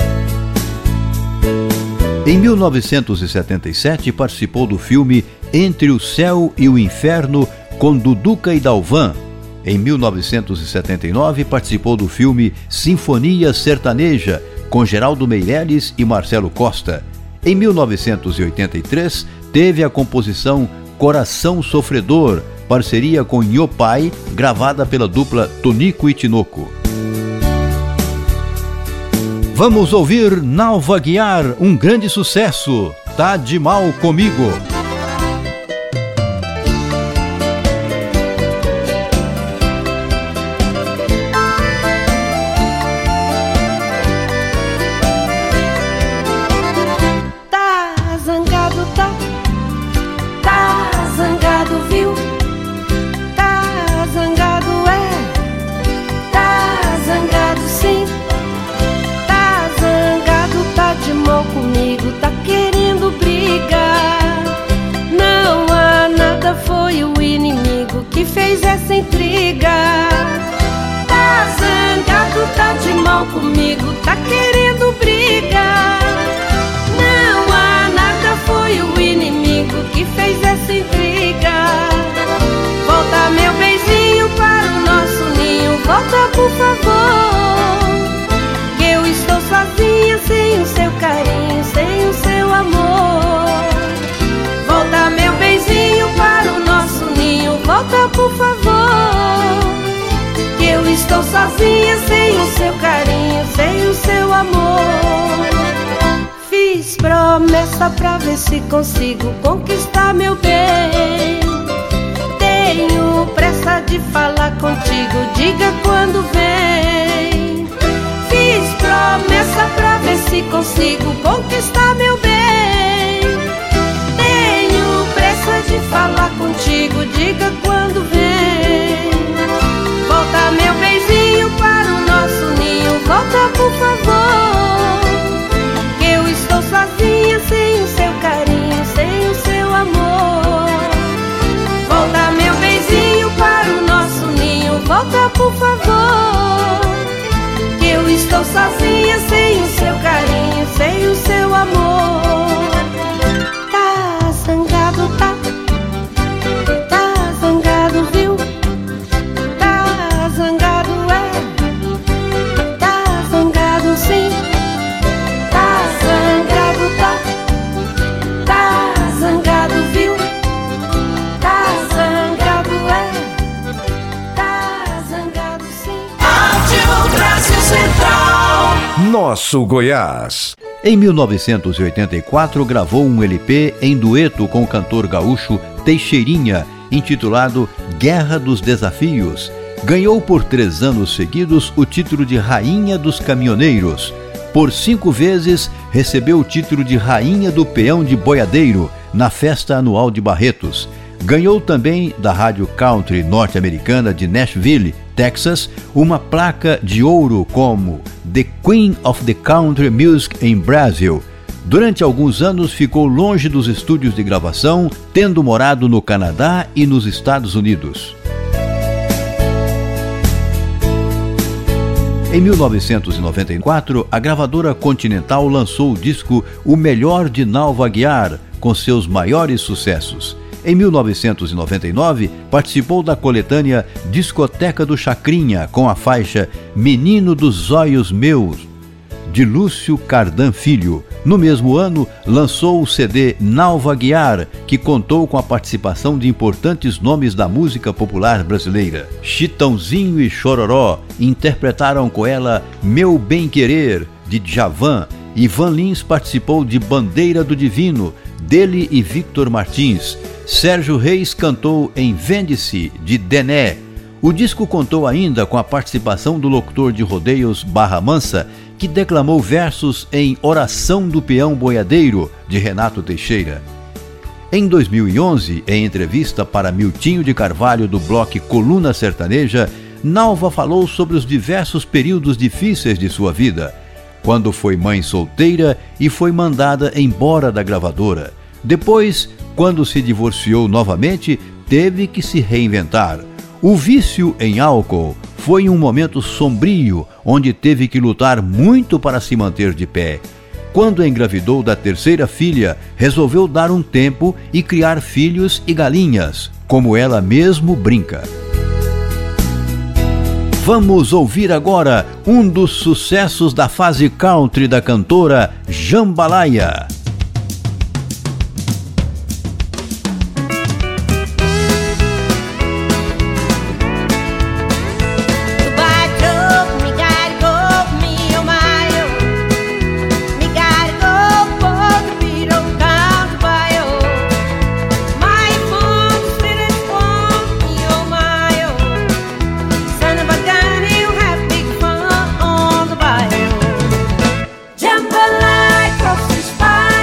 Speaker 2: Em mil novecentos e setenta e sete participou do filme Entre o Céu e o Inferno com Duduca e Dalvan. Em mil novecentos e setenta e nove participou do filme Sinfonia Sertaneja com Geraldo Meireles e Marcelo Costa. Em mil novecentos e oitenta e três teve a composição Coração Sofredor, parceria com Nhô Pai, gravada pela dupla Tonico e Tinoco. Vamos ouvir Nalva Aguiar, um grande sucesso, Tá de Mal Comigo.
Speaker 12: Comigo, tá querendo brigar. Não há nada, foi o inimigo que fez essa intriga. Volta meu beijinho para o nosso ninho, volta por favor, que eu estou sozinha sem o seu carinho, sem o seu amor. Volta meu beijinho para o nosso ninho, volta por favor, que eu estou sozinha sem o seu carinho, sem o seu amor. Fiz promessa pra ver se consigo conquistar meu bem. Tenho pressa de falar contigo, diga quando vem. Fiz promessa pra ver se consigo conquistar meu bem. Tenho pressa de falar contigo, diga quando vem. Volta, meu beijinho, para o nosso ninho. Volta, por favor, que eu estou sozinha, sem o seu carinho, sem o seu amor. Volta, meu beijinho, para o nosso ninho. Volta, por favor, que eu estou sozinha, sem o seu carinho, sem o seu amor. Tá zangado, tá? Tá zangado, viu? Tá zangado, é? Tá zangado, sim. Tá zangado, tá? Tá zangado, viu? Tá zangado, é? Tá zangado, sim.
Speaker 6: Rádio Brasil Central.
Speaker 1: Nosso Goiás.
Speaker 2: Em mil novecentos e oitenta e quatro, gravou um L P em dueto com o cantor gaúcho Teixeirinha, intitulado Guerra dos Desafios. Ganhou por três anos seguidos o título de Rainha dos Caminhoneiros. Por cinco vezes, recebeu o título de Rainha do Peão de Boiadeiro, na Festa Anual de Barretos. Ganhou também da Rádio Country norte-americana de Nashville, Texas, uma placa de ouro como The Queen of the Country Music in Brazil. Durante alguns anos ficou longe dos estúdios de gravação, tendo morado no Canadá e nos Estados Unidos. Em mil novecentos e noventa e quatro, a gravadora Continental lançou o disco O Melhor de Nalva Aguiar, com seus maiores sucessos. Em mil novecentos e noventa e nove, participou da coletânea Discoteca do Chacrinha, com a faixa Menino dos Zóios Meus, de Lúcio Cardan Filho. No mesmo ano, lançou o C D Nalva Aguiar, que contou com a participação de importantes nomes da música popular brasileira. Chitãozinho e Chororó interpretaram com ela Meu Bem Querer, de Djavan. Ivan Lins participou de Bandeira do Divino, dele e Victor Martins. Sérgio Reis cantou em Vende-se, de Dené. O disco contou ainda com a participação do locutor de rodeios Barra Mansa, que declamou versos em Oração do Peão Boiadeiro, de Renato Teixeira. Em dois mil e onze, em entrevista para Miltinho de Carvalho do bloco Coluna Sertaneja, Nalva falou sobre os diversos períodos difíceis de sua vida, quando foi mãe solteira e foi mandada embora da gravadora. Depois, quando se divorciou novamente, teve que se reinventar. O vício em álcool foi um momento sombrio, onde teve que lutar muito para se manter de pé. Quando engravidou da terceira filha, resolveu dar um tempo e criar filhos e galinhas, como ela mesmo brinca. Vamos ouvir agora um dos sucessos da fase country da cantora Jambalaya.
Speaker 6: Jambalaya crosses by.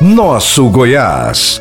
Speaker 1: Nosso Goiás.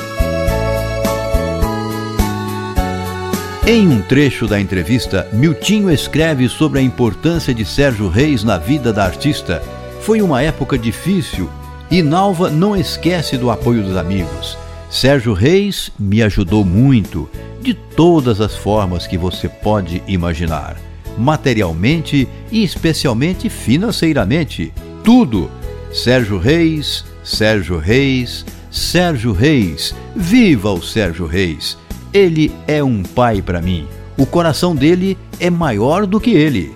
Speaker 2: Em um trecho da entrevista, Miltinho escreve sobre a importância de Sérgio Reis na vida da artista. Foi uma época difícil e Nalva não esquece do apoio dos amigos. Sérgio Reis me ajudou muito, de todas as formas que você pode imaginar. Materialmente e especialmente financeiramente. Tudo. Sérgio Reis, Sérgio Reis, Sérgio Reis. Viva o Sérgio Reis! Ele é um pai para mim. O coração dele é maior do que ele.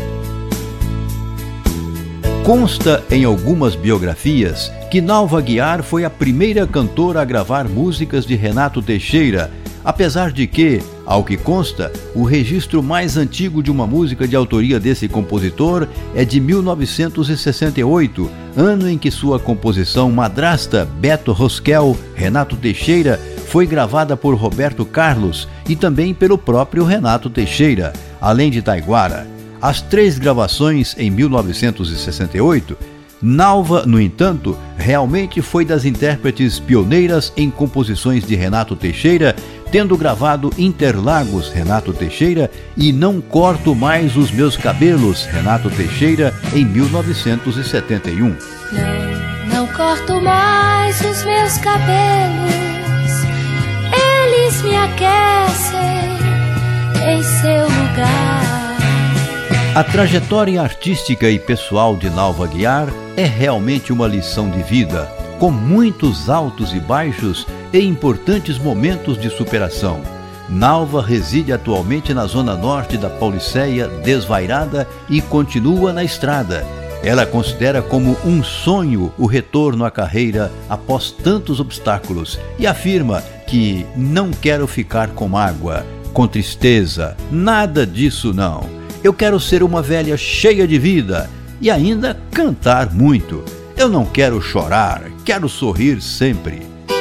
Speaker 2: Consta em algumas biografias que Nalva Aguiar foi a primeira cantora a gravar músicas de Renato Teixeira, apesar de que, ao que consta, o registro mais antigo de uma música de autoria desse compositor é de mil novecentos e sessenta e oito, ano em que sua composição Madrasta, Beto Rosquel, Renato Teixeira, foi gravada por Roberto Carlos e também pelo próprio Renato Teixeira, além de Taiguara. As três gravações em mil novecentos e sessenta e oito, Nalva, no entanto, realmente foi das intérpretes pioneiras em composições de Renato Teixeira, tendo gravado Interlagos, Renato Teixeira, e Não Corto Mais os Meus Cabelos, Renato Teixeira, em mil novecentos e setenta e um.
Speaker 12: Não, não corto mais os meus cabelos, eles me aquecem em seu lugar.
Speaker 2: A trajetória artística e pessoal de Nalva Aguiar é realmente uma lição de vida, com muitos altos e baixos e importantes momentos de superação. Nalva reside atualmente na zona norte da Pauliceia, desvairada, e continua na estrada. Ela considera como um sonho o retorno à carreira após tantos obstáculos e afirma que não quero ficar com mágoa, com tristeza, nada disso não. Eu quero ser uma velha cheia de vida e ainda cantar muito. Eu não quero chorar, quero sorrir sempre.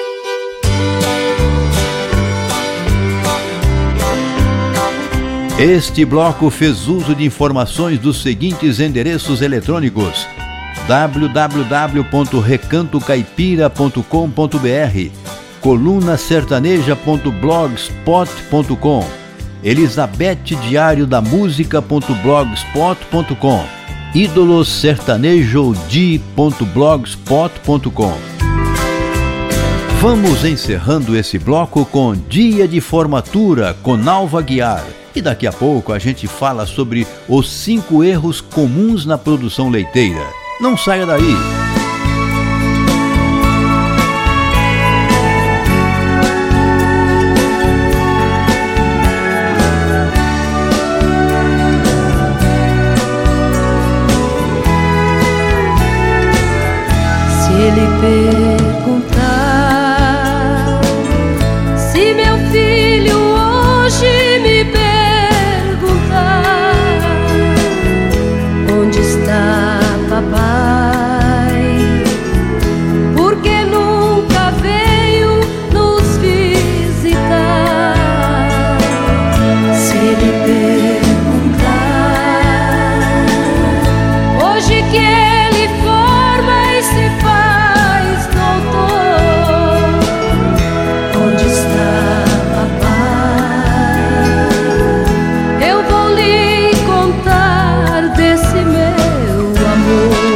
Speaker 2: Este bloco fez uso de informações dos seguintes endereços eletrônicos: w w w ponto recanto caipira ponto com ponto b r, coluna sertaneja ponto blogspot ponto com, elizabeth diário da música ponto blogspot ponto com, ídolos sertanejo d ponto blogspot ponto com. Vamos encerrando esse bloco com Dia de Formatura com Nalva Aguiar. E daqui a pouco a gente fala sobre os cinco erros comuns na produção leiteira. Não saia daí!
Speaker 12: Se ele perguntar se meu filho hoje me perguntar onde está papai, porque nunca veio nos visitar. Se ele perguntar hoje que ele forma e se faz doutor, onde está papai, eu vou lhe contar desse meu amor.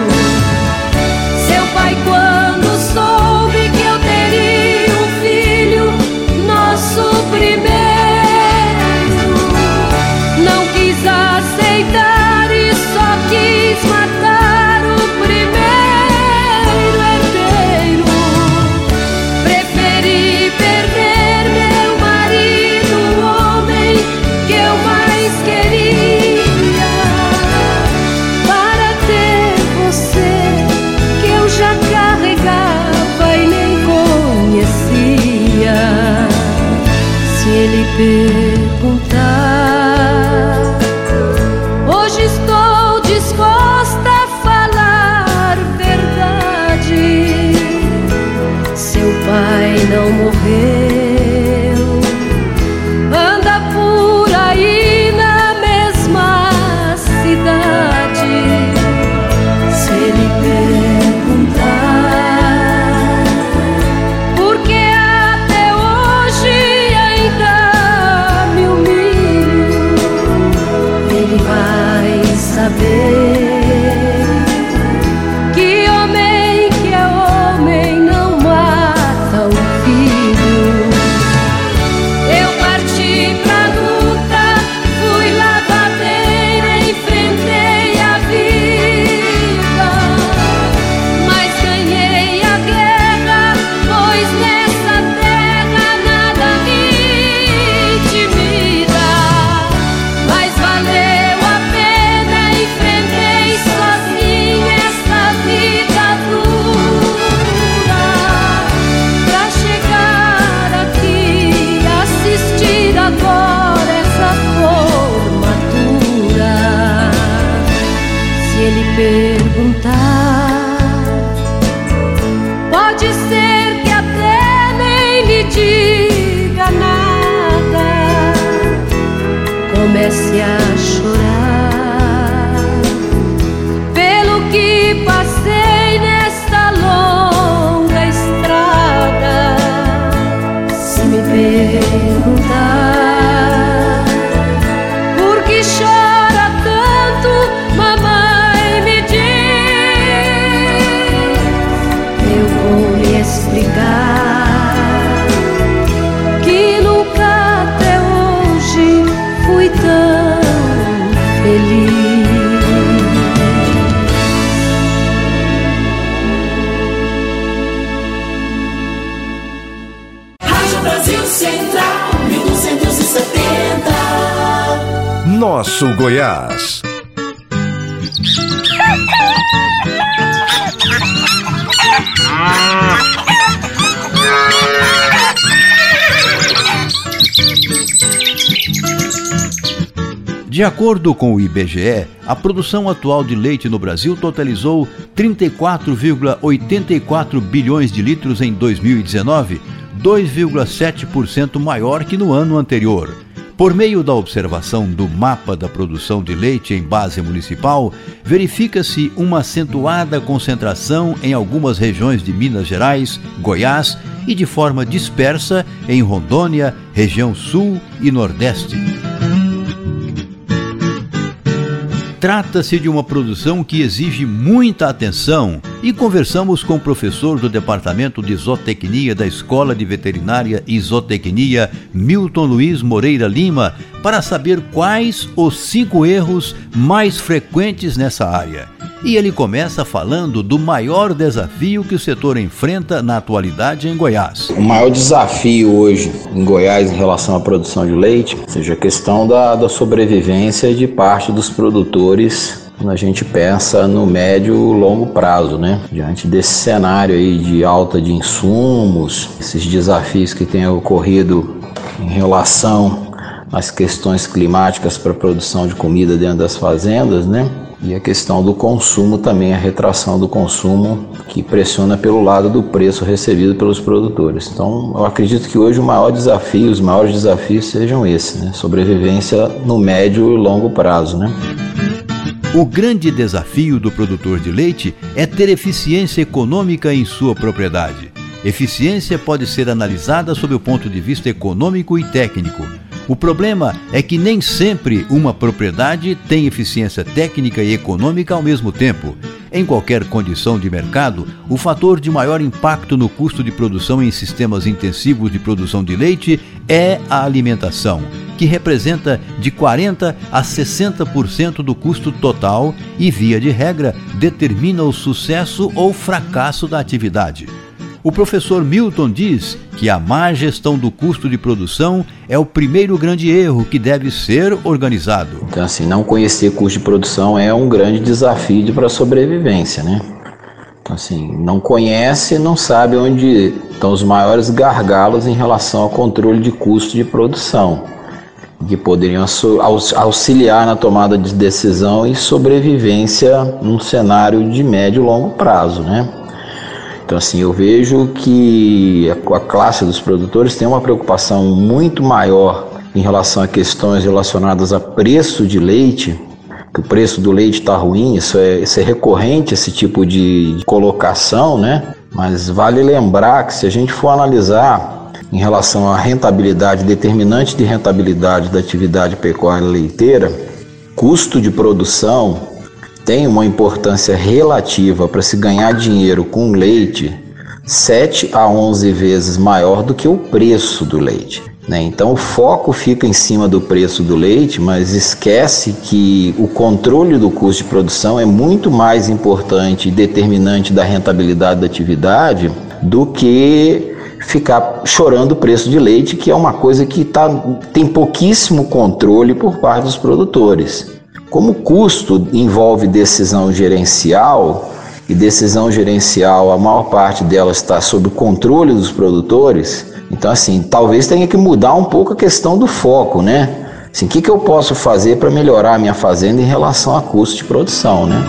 Speaker 12: Seu pai, quando soube que eu teria um filho, nosso primeiro, não quis aceitar e só quis matar o primeiro herdeiro. Preferi perder meu marido, o homem que eu mais queria, para ter você que eu já carregava e nem conhecia. Se ele perguntar, hoje estou disposta a falar verdade. Seu pai não morreu, anda por aí na mesma cidade. Se ele perguntar comece a chorar pelo que passei nesta longa estrada. Se me perguntar por que chora tanto, mamãe, me diz, eu vou lhe explicar que nunca até hoje fui tão feliz.
Speaker 6: Rádio Brasil Central, mil duzentos e setenta.
Speaker 1: Nosso Goiás.
Speaker 2: De acordo com o I B G E, a produção atual de leite no Brasil totalizou trinta e quatro vírgula oitenta e quatro bilhões de litros em dois mil e dezenove, dois vírgula sete por cento maior que no ano anterior. Por meio da observação do mapa da produção de leite em base municipal, verifica-se uma acentuada concentração em algumas regiões de Minas Gerais, Goiás e de forma dispersa em Rondônia, região Sul e Nordeste. Trata-se de uma produção que exige muita atenção e conversamos com o professor do Departamento de Zootecnia da Escola de Veterinária e Zootecnia, Milton Luiz Moreira Lima, para saber quais os cinco erros mais frequentes nessa área. E ele começa falando do maior desafio que o setor enfrenta na atualidade em Goiás.
Speaker 7: O maior desafio hoje em Goiás em relação à produção de leite, ou seja, a questão da, da sobrevivência de parte dos produtores quando a gente pensa no médio e longo prazo, né? Diante desse cenário aí de alta de insumos, esses desafios que têm ocorrido em relação às questões climáticas para a produção de comida dentro das fazendas, né? E a questão do consumo também, a retração do consumo que pressiona pelo lado do preço recebido pelos produtores. Então, eu acredito que hoje o maior desafio, os maiores desafios sejam esses, né? Sobrevivência no médio e longo prazo, né?
Speaker 2: O grande desafio do produtor de leite é ter eficiência econômica em sua propriedade. Eficiência pode ser analisada sob o ponto de vista econômico e técnico. O problema é que nem sempre uma propriedade tem eficiência técnica e econômica ao mesmo tempo. Em qualquer condição de mercado, o fator de maior impacto no custo de produção em sistemas intensivos de produção de leite é a alimentação, que representa de quarenta por cento a sessenta por cento do custo total e, via de regra, determina o sucesso ou fracasso da atividade. O professor Milton diz que a má gestão do custo de produção é o primeiro grande erro que deve ser organizado.
Speaker 7: Então, assim, não conhecer custo de produção é um grande desafio para a sobrevivência, né? Então, assim, não conhece, não sabe onde estão os maiores gargalos em relação ao controle de custo de produção, que poderiam auxiliar na tomada de decisão e sobrevivência num cenário de médio e longo prazo, né? Então, assim, eu vejo que a classe dos produtores tem uma preocupação muito maior em relação a questões relacionadas a preço de leite, que o preço do leite está ruim, isso é, isso é recorrente, esse tipo de, de colocação, né? Mas vale lembrar que se a gente for analisar em relação à rentabilidade, determinante de rentabilidade da atividade pecuária leiteira, custo de produção tem uma importância relativa para se ganhar dinheiro com leite sete a onze vezes maior do que o preço do leite, né? Então o foco fica em cima do preço do leite, mas esquece que o controle do custo de produção é muito mais importante e determinante da rentabilidade da atividade do que ficar chorando o preço de leite, que é uma coisa que tá, tem pouquíssimo controle por parte dos produtores. Como o custo envolve decisão gerencial, e decisão gerencial, a maior parte dela está sob o controle dos produtores, então assim, talvez tenha que mudar um pouco a questão do foco, né? Assim, o que, que eu posso fazer para melhorar a minha fazenda em relação a custo de produção, né?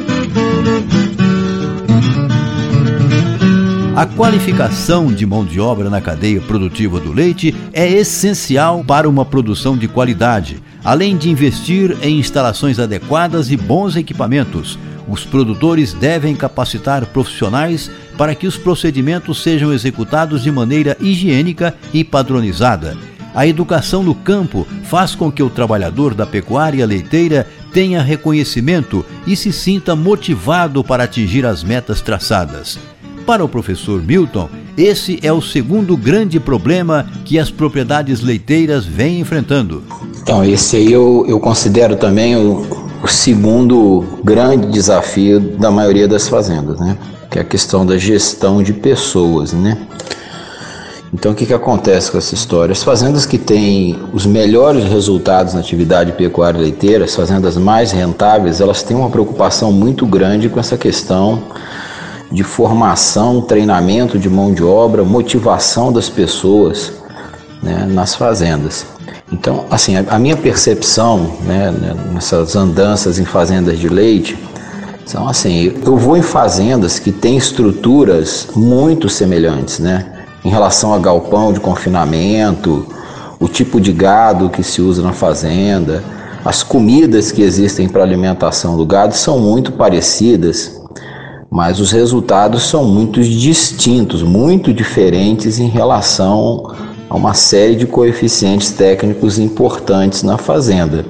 Speaker 2: A qualificação de mão de obra na cadeia produtiva do leite é essencial para uma produção de qualidade, além de investir em instalações adequadas e bons equipamentos. Os produtores devem capacitar profissionais para que os procedimentos sejam executados de maneira higiênica e padronizada. A educação no campo faz com que o trabalhador da pecuária leiteira tenha reconhecimento e se sinta motivado para atingir as metas traçadas. Para o professor Milton, esse é o segundo grande problema que as propriedades leiteiras vêm enfrentando.
Speaker 7: Então, esse aí eu, eu considero também o, o segundo grande desafio da maioria das fazendas, né? Que é a questão da gestão de pessoas, né? Então, o que, que acontece com essa história? As fazendas que têm os melhores resultados na atividade pecuária leiteira, as fazendas mais rentáveis, elas têm uma preocupação muito grande com essa questão de formação, treinamento de mão de obra, motivação das pessoas, né, nas fazendas. Então, assim, a, a minha percepção, né, nessas andanças em fazendas de leite, são assim, eu vou em fazendas que têm estruturas muito semelhantes, né? Em relação a galpão de confinamento, o tipo de gado que se usa na fazenda, as comidas que existem para alimentação do gado são muito parecidas, mas os resultados são muito distintos, muito diferentes em relação a uma série de coeficientes técnicos importantes na fazenda.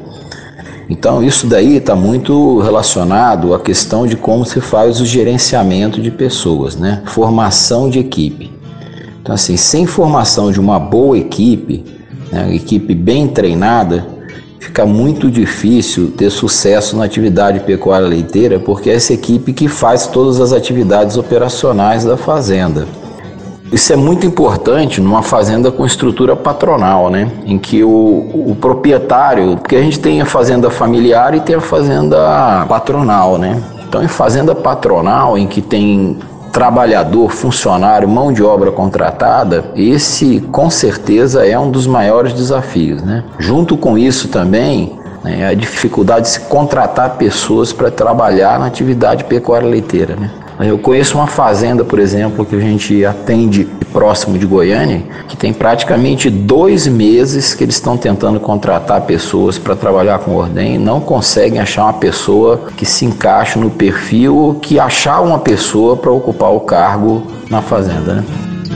Speaker 7: Então isso daí está muito relacionado à questão de como se faz o gerenciamento de pessoas, né? Formação de equipe. Então, assim, sem formação de uma boa equipe, né, equipe bem treinada, fica muito difícil ter sucesso na atividade pecuária leiteira, porque é essa equipe que faz todas as atividades operacionais da fazenda. Isso é muito importante numa fazenda com estrutura patronal, né, em que o, o proprietário, porque a gente tem a fazenda familiar e tem a fazenda patronal, né? Então, em fazenda patronal, em que tem trabalhador, funcionário, mão de obra contratada, esse com certeza é um dos maiores desafios, né? Junto com isso também, né, a dificuldade de se contratar pessoas para trabalhar na atividade pecuária leiteira, né? Eu conheço uma fazenda, por exemplo, que a gente atende próximo de Goiânia, que tem praticamente dois meses que eles estão tentando contratar pessoas para trabalhar com ordenha e não conseguem achar uma pessoa que se encaixe no perfil ou que achar uma pessoa para ocupar o cargo na fazenda, né?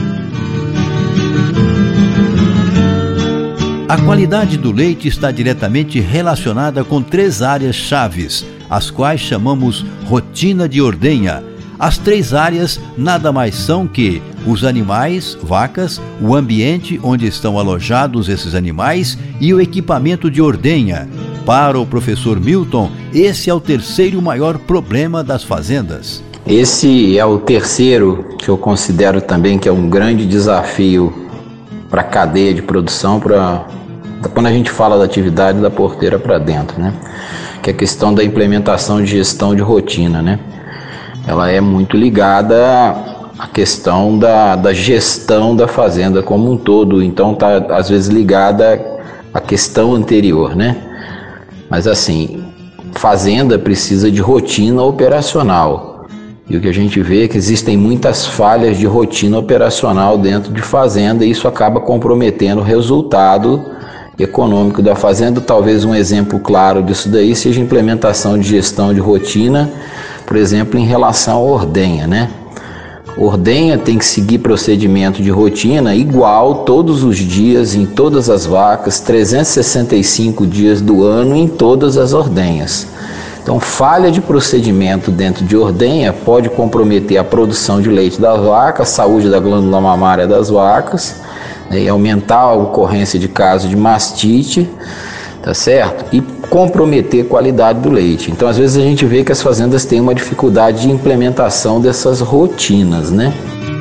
Speaker 2: A qualidade do leite está diretamente relacionada com três áreas chaves, as quais chamamos rotina de ordenha. As três áreas nada mais são que os animais, vacas, o ambiente onde estão alojados esses animais e o equipamento de ordenha. Para o professor Milton, esse é o terceiro maior problema das fazendas.
Speaker 7: Esse é o terceiro que eu considero também que é um grande desafio para a cadeia de produção, para quando a gente fala da atividade da porteira para dentro, né? Que é a questão da implementação de gestão de rotina, né? Ela é muito ligada à questão da, da gestão da fazenda como um todo, então está às vezes ligada à questão anterior, né? Mas assim, fazenda precisa de rotina operacional, e o que a gente vê é que existem muitas falhas de rotina operacional dentro de fazenda, e isso acaba comprometendo o resultado econômico da fazenda. Talvez um exemplo claro disso daí seja a implementação de gestão de rotina, por exemplo, em relação à ordenha, né? Ordenha tem que seguir procedimento de rotina igual todos os dias, em todas as vacas, trezentos e sessenta e cinco dias do ano, em todas as ordenhas. Então, falha de procedimento dentro de ordenha pode comprometer a produção de leite das vacas, a saúde da glândula mamária das vacas, né, e aumentar a ocorrência de casos de mastite, tá certo? E comprometer a qualidade do leite. Então, às vezes a gente vê que as fazendas têm uma dificuldade de implementação dessas rotinas, né?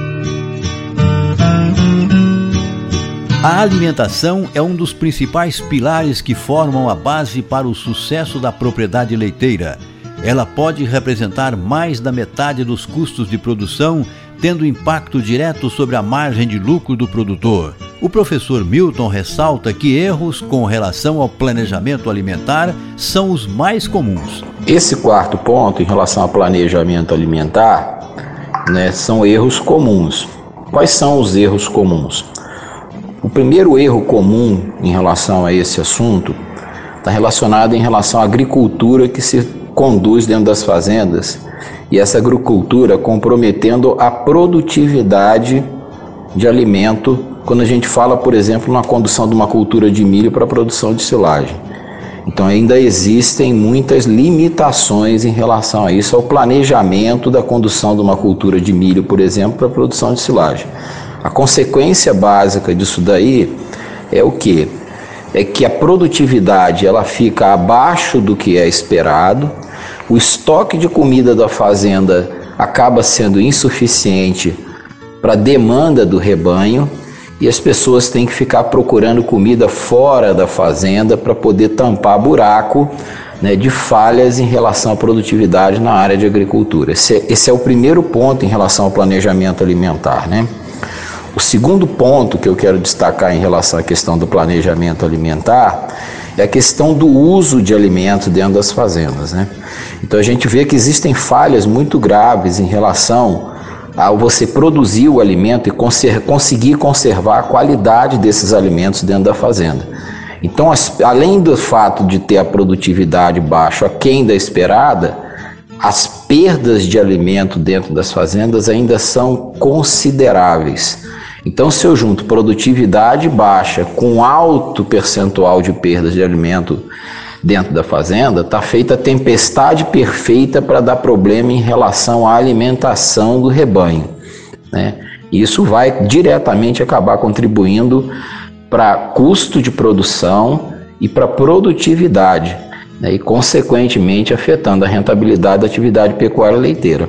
Speaker 2: A alimentação é um dos principais pilares que formam a base para o sucesso da propriedade leiteira. Ela pode representar mais da metade dos custos de produção, tendo impacto direto sobre a margem de lucro do produtor. O professor Milton ressalta que erros com relação ao planejamento alimentar são os mais comuns.
Speaker 7: Esse quarto ponto, em relação ao planejamento alimentar, né, são erros comuns. Quais são os erros comuns? O primeiro erro comum em relação a esse assunto
Speaker 13: está relacionado em relação à agricultura que se conduz dentro das fazendas, e essa agricultura comprometendo a produtividade de alimento, quando a gente fala, por exemplo, na condução de uma cultura de milho para a produção de silagem. Então ainda existem muitas limitações em relação a isso, ao planejamento da condução de uma cultura de milho, por exemplo, para a produção de silagem. A consequência básica disso daí é o quê? É que a produtividade ela fica abaixo do que é esperado, o estoque de comida da fazenda acaba sendo insuficiente para a demanda do rebanho, e as pessoas têm que ficar procurando comida fora da fazenda para poder tampar buraco, né, de falhas em relação à produtividade na área de agricultura. Esse é, esse é o primeiro ponto em relação ao planejamento alimentar, né? O segundo ponto que eu quero destacar em relação à questão do planejamento alimentar é a questão do uso de alimentos dentro das fazendas, né? Então a gente vê que existem falhas muito graves em relação ao você produzir o alimento e conser- conseguir conservar a qualidade desses alimentos dentro da fazenda. Então, as, além do fato de ter a produtividade baixa, aquém da esperada, as perdas de alimento dentro das fazendas ainda são consideráveis. Então, se eu junto produtividade baixa com alto percentual de perdas de alimento dentro da fazenda, está feita a tempestade perfeita para dar problema em relação à alimentação do rebanho, né? Isso vai diretamente acabar contribuindo para custo de produção e para produtividade, né? E consequentemente afetando a rentabilidade da atividade pecuária leiteira.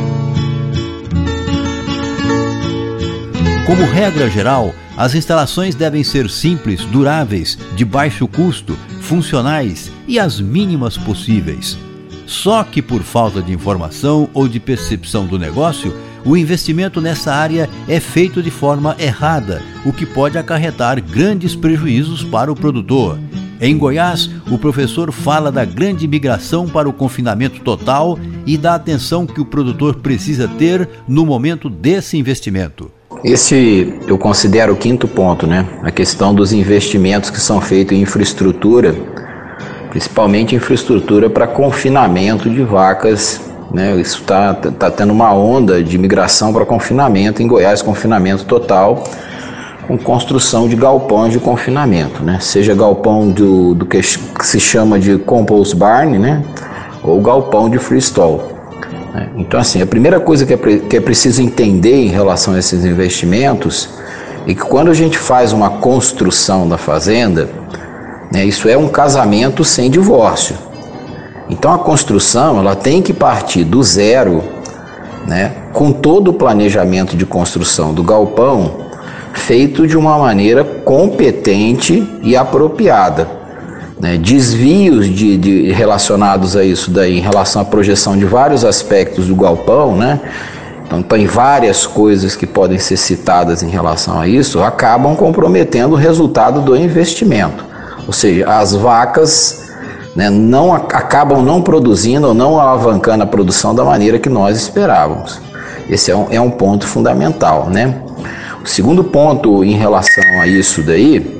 Speaker 2: Como regra geral, as instalações devem ser simples, duráveis, de baixo custo, funcionais e as mínimas possíveis. Só que por falta de informação ou de percepção do negócio, o investimento nessa área é feito de forma errada, o que pode acarretar grandes prejuízos para o produtor. Em Goiás, o professor fala da grande migração para o confinamento total e da atenção que o produtor precisa ter no momento desse investimento.
Speaker 13: Esse eu considero o quinto ponto, né? A questão dos investimentos que são feitos em infraestrutura, principalmente infraestrutura para confinamento de vacas, né? Isso está tá tendo uma onda de migração para confinamento em Goiás, confinamento total, com construção de galpões de confinamento, né? Seja galpão do, do que se chama de compost barn, né? Ou galpão de freestall. Então, assim, a primeira coisa que é, pre- que é preciso entender em relação a esses investimentos é que quando a gente faz uma construção da fazenda, né, isso é um casamento sem divórcio. Então, a construção ela tem que partir do zero, né, com todo o planejamento de construção do galpão feito de uma maneira competente e apropriada. Né, desvios de, de, relacionados a isso daí em relação à projeção de vários aspectos do galpão, né? Então tem várias coisas que podem ser citadas em relação a isso, acabam comprometendo o resultado do investimento. Ou seja, as vacas, né, não, acabam não produzindo ou não alavancando a produção da maneira que nós esperávamos. Esse é um, é um ponto fundamental, né? O segundo ponto em relação a isso daí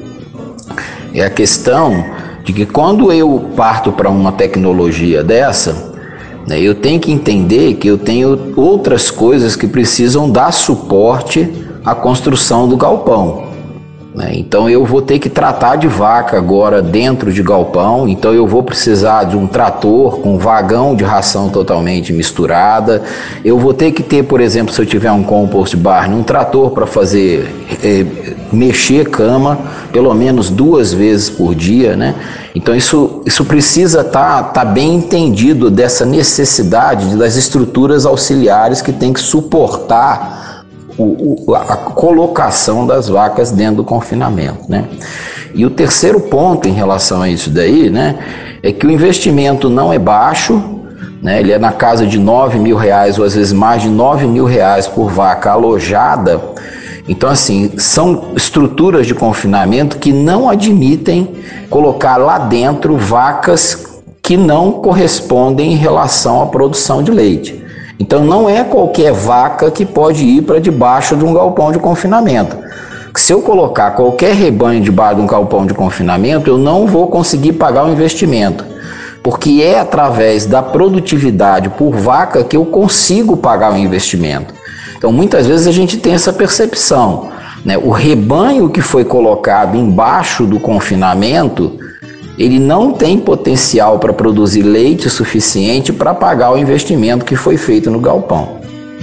Speaker 13: é a questão de que quando eu parto para uma tecnologia dessa, né, eu tenho que entender que eu tenho outras coisas que precisam dar suporte à construção do galpão. Né? Então eu vou ter que tratar de vaca agora dentro de galpão, então eu vou precisar de um trator com vagão de ração totalmente misturada, eu vou ter que ter, por exemplo, se eu tiver um compost barn, um trator para fazer, é, mexer cama, pelo menos duas vezes por dia, né? Então isso, isso precisa estar tá, tá bem entendido dessa necessidade das estruturas auxiliares que tem que suportar O, o, a colocação das vacas dentro do confinamento, né? E o terceiro ponto em relação a isso daí, né, é que o investimento não é baixo, né? Ele é na casa de nove mil reais ou às vezes mais de nove mil reais por vaca alojada. Então, assim, são estruturas de confinamento que não admitem colocar lá dentro vacas que não correspondem em relação à produção de leite. Então não é qualquer vaca que pode ir para debaixo de um galpão de confinamento. que se eu colocar qualquer rebanho debaixo de um galpão de confinamento, eu não vou conseguir pagar o investimento, porque é através da produtividade por vaca que eu consigo pagar o investimento. Então, muitas vezes a gente tem essa percepção, né? O rebanho que foi colocado embaixo do confinamento, ele não tem potencial para produzir leite suficiente para pagar o investimento que foi feito no galpão.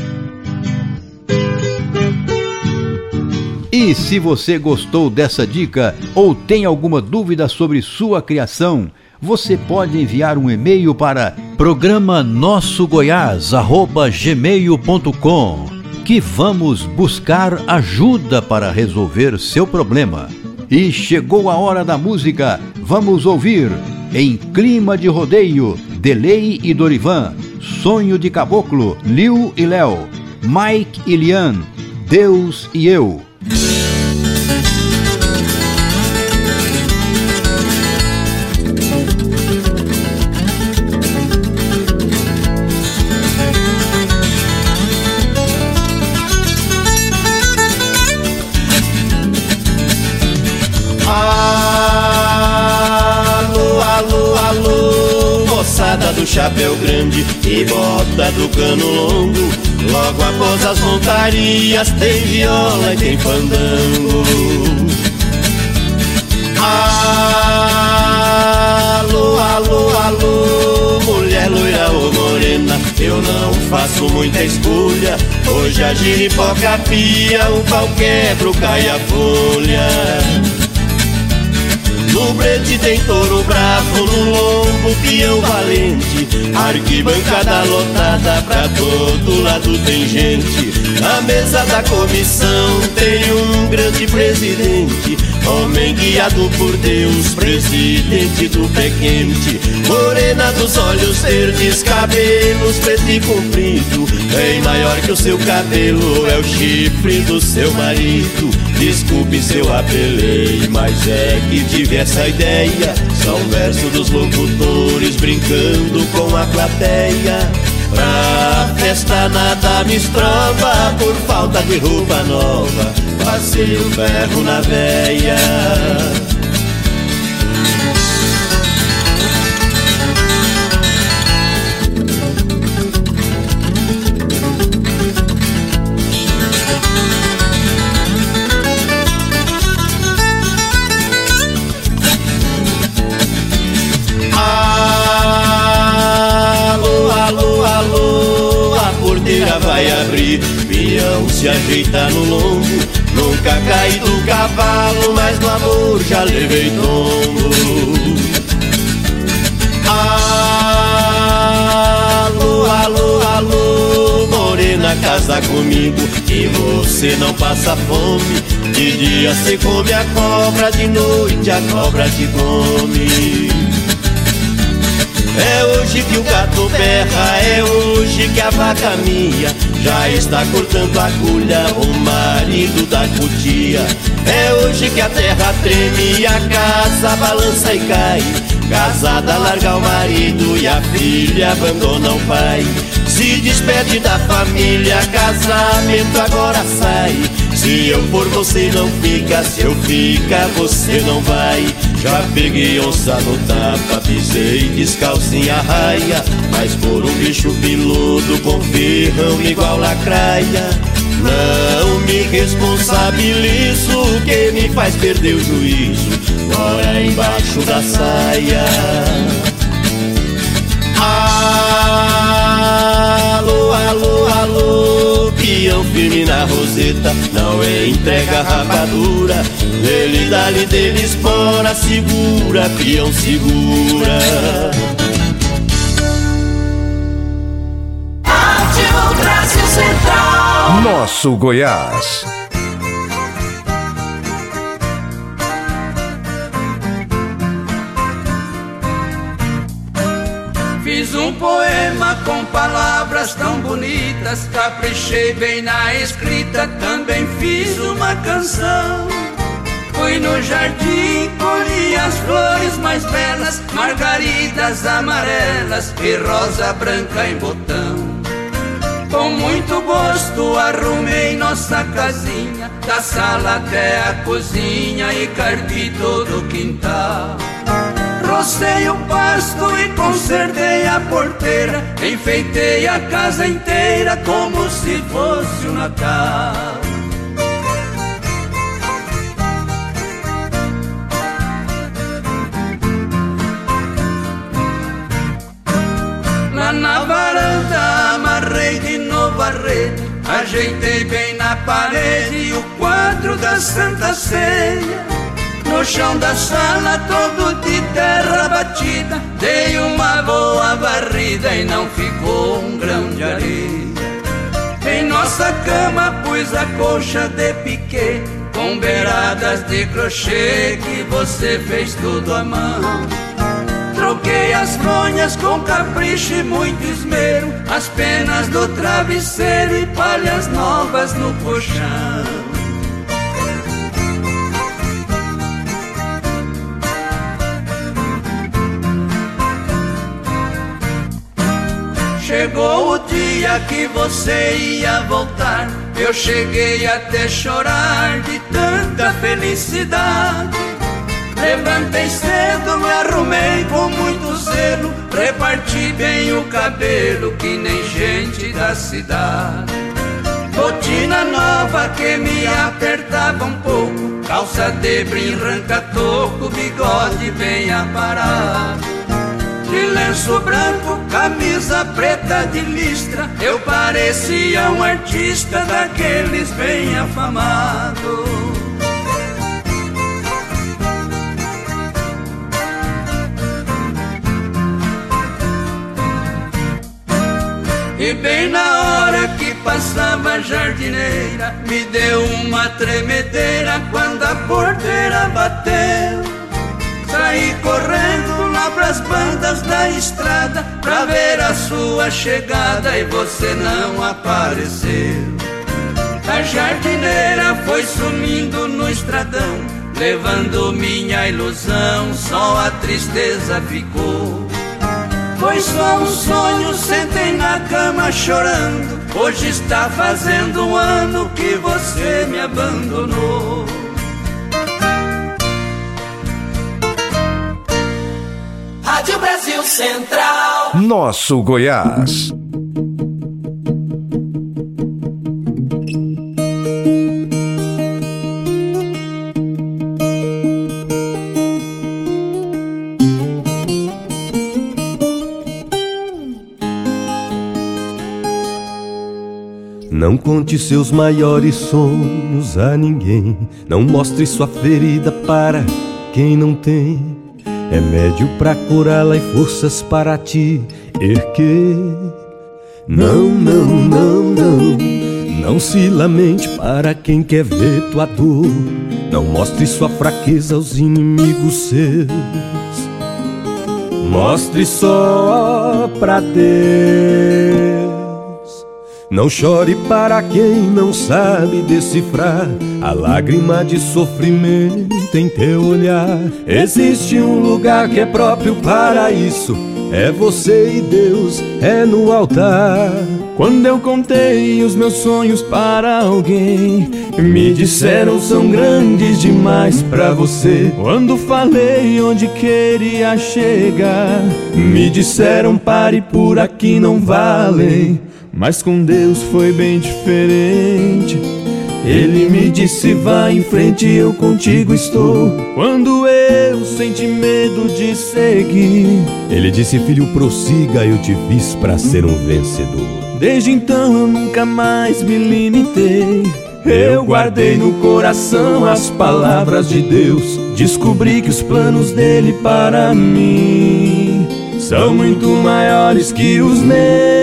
Speaker 2: E se você gostou dessa dica ou tem alguma dúvida sobre sua criação, você pode enviar um e-mail para programa nosso goiás arroba gmail ponto com, que vamos buscar ajuda para resolver seu problema. E chegou a hora da música. Vamos ouvir, em clima de rodeio, Delei e Dorivan, Sonho de Caboclo, Liu e Léo, Mike e Lian, Deus e Eu.
Speaker 8: Do chapéu grande e bota do cano longo, logo após as montarias tem viola e tem fandango. Alô, alô, alô, mulher loira ou morena, eu não faço muita escolha, hoje a giripoca pia, o pau quebra, cai a folha. No brete tem touro bravo, no lombo peão valente, arquibancada lotada, pra todo lado tem gente. Na mesa da comissão tem um grande presidente, homem guiado por Deus, presidente do pé quente. Morena dos olhos verdes, cabelos preto e comprido, bem maior que o seu cabelo, é o chifre do seu marido. Desculpe se eu apelei, mas é que tive essa ideia. São versos dos locutores brincando com a plateia. Pra festa nada me estrova, por falta de roupa nova, passei o ferro na veia. Vai abrir, peão se ajeita no lombo, nunca caí do cavalo, mas no amor já levei tombo. Alô, alô, alô, morena, casa comigo, que você não passa fome. De dia cê come a cobra, de noite a cobra te come. É hoje que o gato berra, é hoje que a vaca mia já está cortando a agulha, o marido da cutia. É hoje que a terra treme, a casa balança e cai, casada larga o marido e a filha abandona o pai. Se despede da família, casamento agora sai. Se eu for você não fica, se eu ficar você não vai. Já peguei onça no tapa, pisei descalcinha raia, mas por um bicho piludo com ferrão igual lacraia. Não me responsabilizo, que me faz perder o juízo, mora embaixo da saia. Alô, alô, alô, peão firme na roseta, não é entrega rapadura, dele dali dele espora, segura, peão segura.
Speaker 6: Rádio Brasil Central,
Speaker 1: Nosso Goiás.
Speaker 14: Fiz um poema com palavras tão bonitas, caprichei bem na escrita, também fiz uma canção. Fui no jardim, colhi as flores mais belas, margaridas amarelas e rosa branca em botão. Com muito gosto arrumei nossa casinha, da sala até a cozinha, e carpi todo o quintal. Rocei o pasto e consertei a porteira, enfeitei a casa inteira como se fosse o Natal. Lá na varanda amarrei de novo a rede, ajeitei bem na parede o quadro da Santa Ceia. No chão da sala todo de terra batida, dei uma boa varrida e não ficou um grão de areia. Em nossa cama pus a colcha de piquê, com beiradas de crochê que você fez tudo à mão. Troquei as fronhas com capricho e muito esmero, as penas do travesseiro e palhas novas no colchão. Chegou o dia que você ia voltar, eu cheguei até chorar de tanta felicidade. Levantei cedo, me arrumei com muito zelo, reparti bem o cabelo que nem gente da cidade. Botina nova que me apertava um pouco, calça de brim, ranca-toco, bigode bem aparado. De lenço branco, camisa preta de listra, eu parecia um artista daqueles bem afamados. E bem na hora que passava a jardineira, me deu uma tremedeira quando a porteira bateu. Saí correndo lá pras bandas da estrada pra ver a sua chegada e você não apareceu. A jardineira foi sumindo no estradão, levando minha ilusão, só a tristeza ficou. Foi só um sonho, sentei na cama chorando, hoje está fazendo um ano que você me abandonou.
Speaker 6: Rádio Brasil Central.
Speaker 1: Nosso Goiás.
Speaker 15: Não conte seus maiores sonhos a ninguém, não mostre sua ferida para quem não tem remédio pra curá-la e forças para te erguer. Não, não, não, não, não se lamente para quem quer ver tua dor. Não mostre sua fraqueza aos inimigos seus. Mostre só pra Deus. Não chore para quem não sabe decifrar a lágrima de sofrimento em teu olhar. Existe um lugar que é próprio para isso, é você e Deus, é no altar.
Speaker 16: Quando eu contei os meus sonhos para alguém, me disseram são grandes demais pra você. Quando falei onde queria chegar, me disseram pare por aqui, não valem. Mas com Deus foi bem diferente. Ele me disse vá em frente, eu contigo estou. Quando eu senti medo de seguir,
Speaker 15: Ele disse filho prossiga, eu te fiz pra ser um vencedor.
Speaker 16: Desde então eu nunca mais me limitei, eu guardei no coração as palavras de Deus. Descobri que os planos dele para mim são muito maiores que os meus.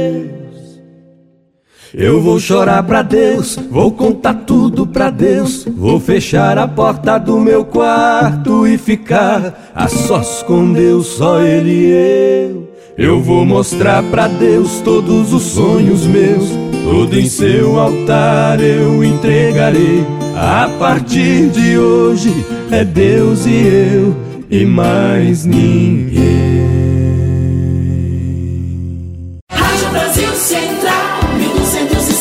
Speaker 16: Eu vou chorar pra Deus, vou contar tudo pra Deus. Vou fechar a porta do meu quarto e ficar a sós com Deus, só Ele e eu. Eu vou mostrar pra Deus todos os sonhos meus, tudo em seu altar eu entregarei. A partir de hoje é Deus e eu e mais ninguém.
Speaker 6: Rádio Brasil Central, mil duzentos e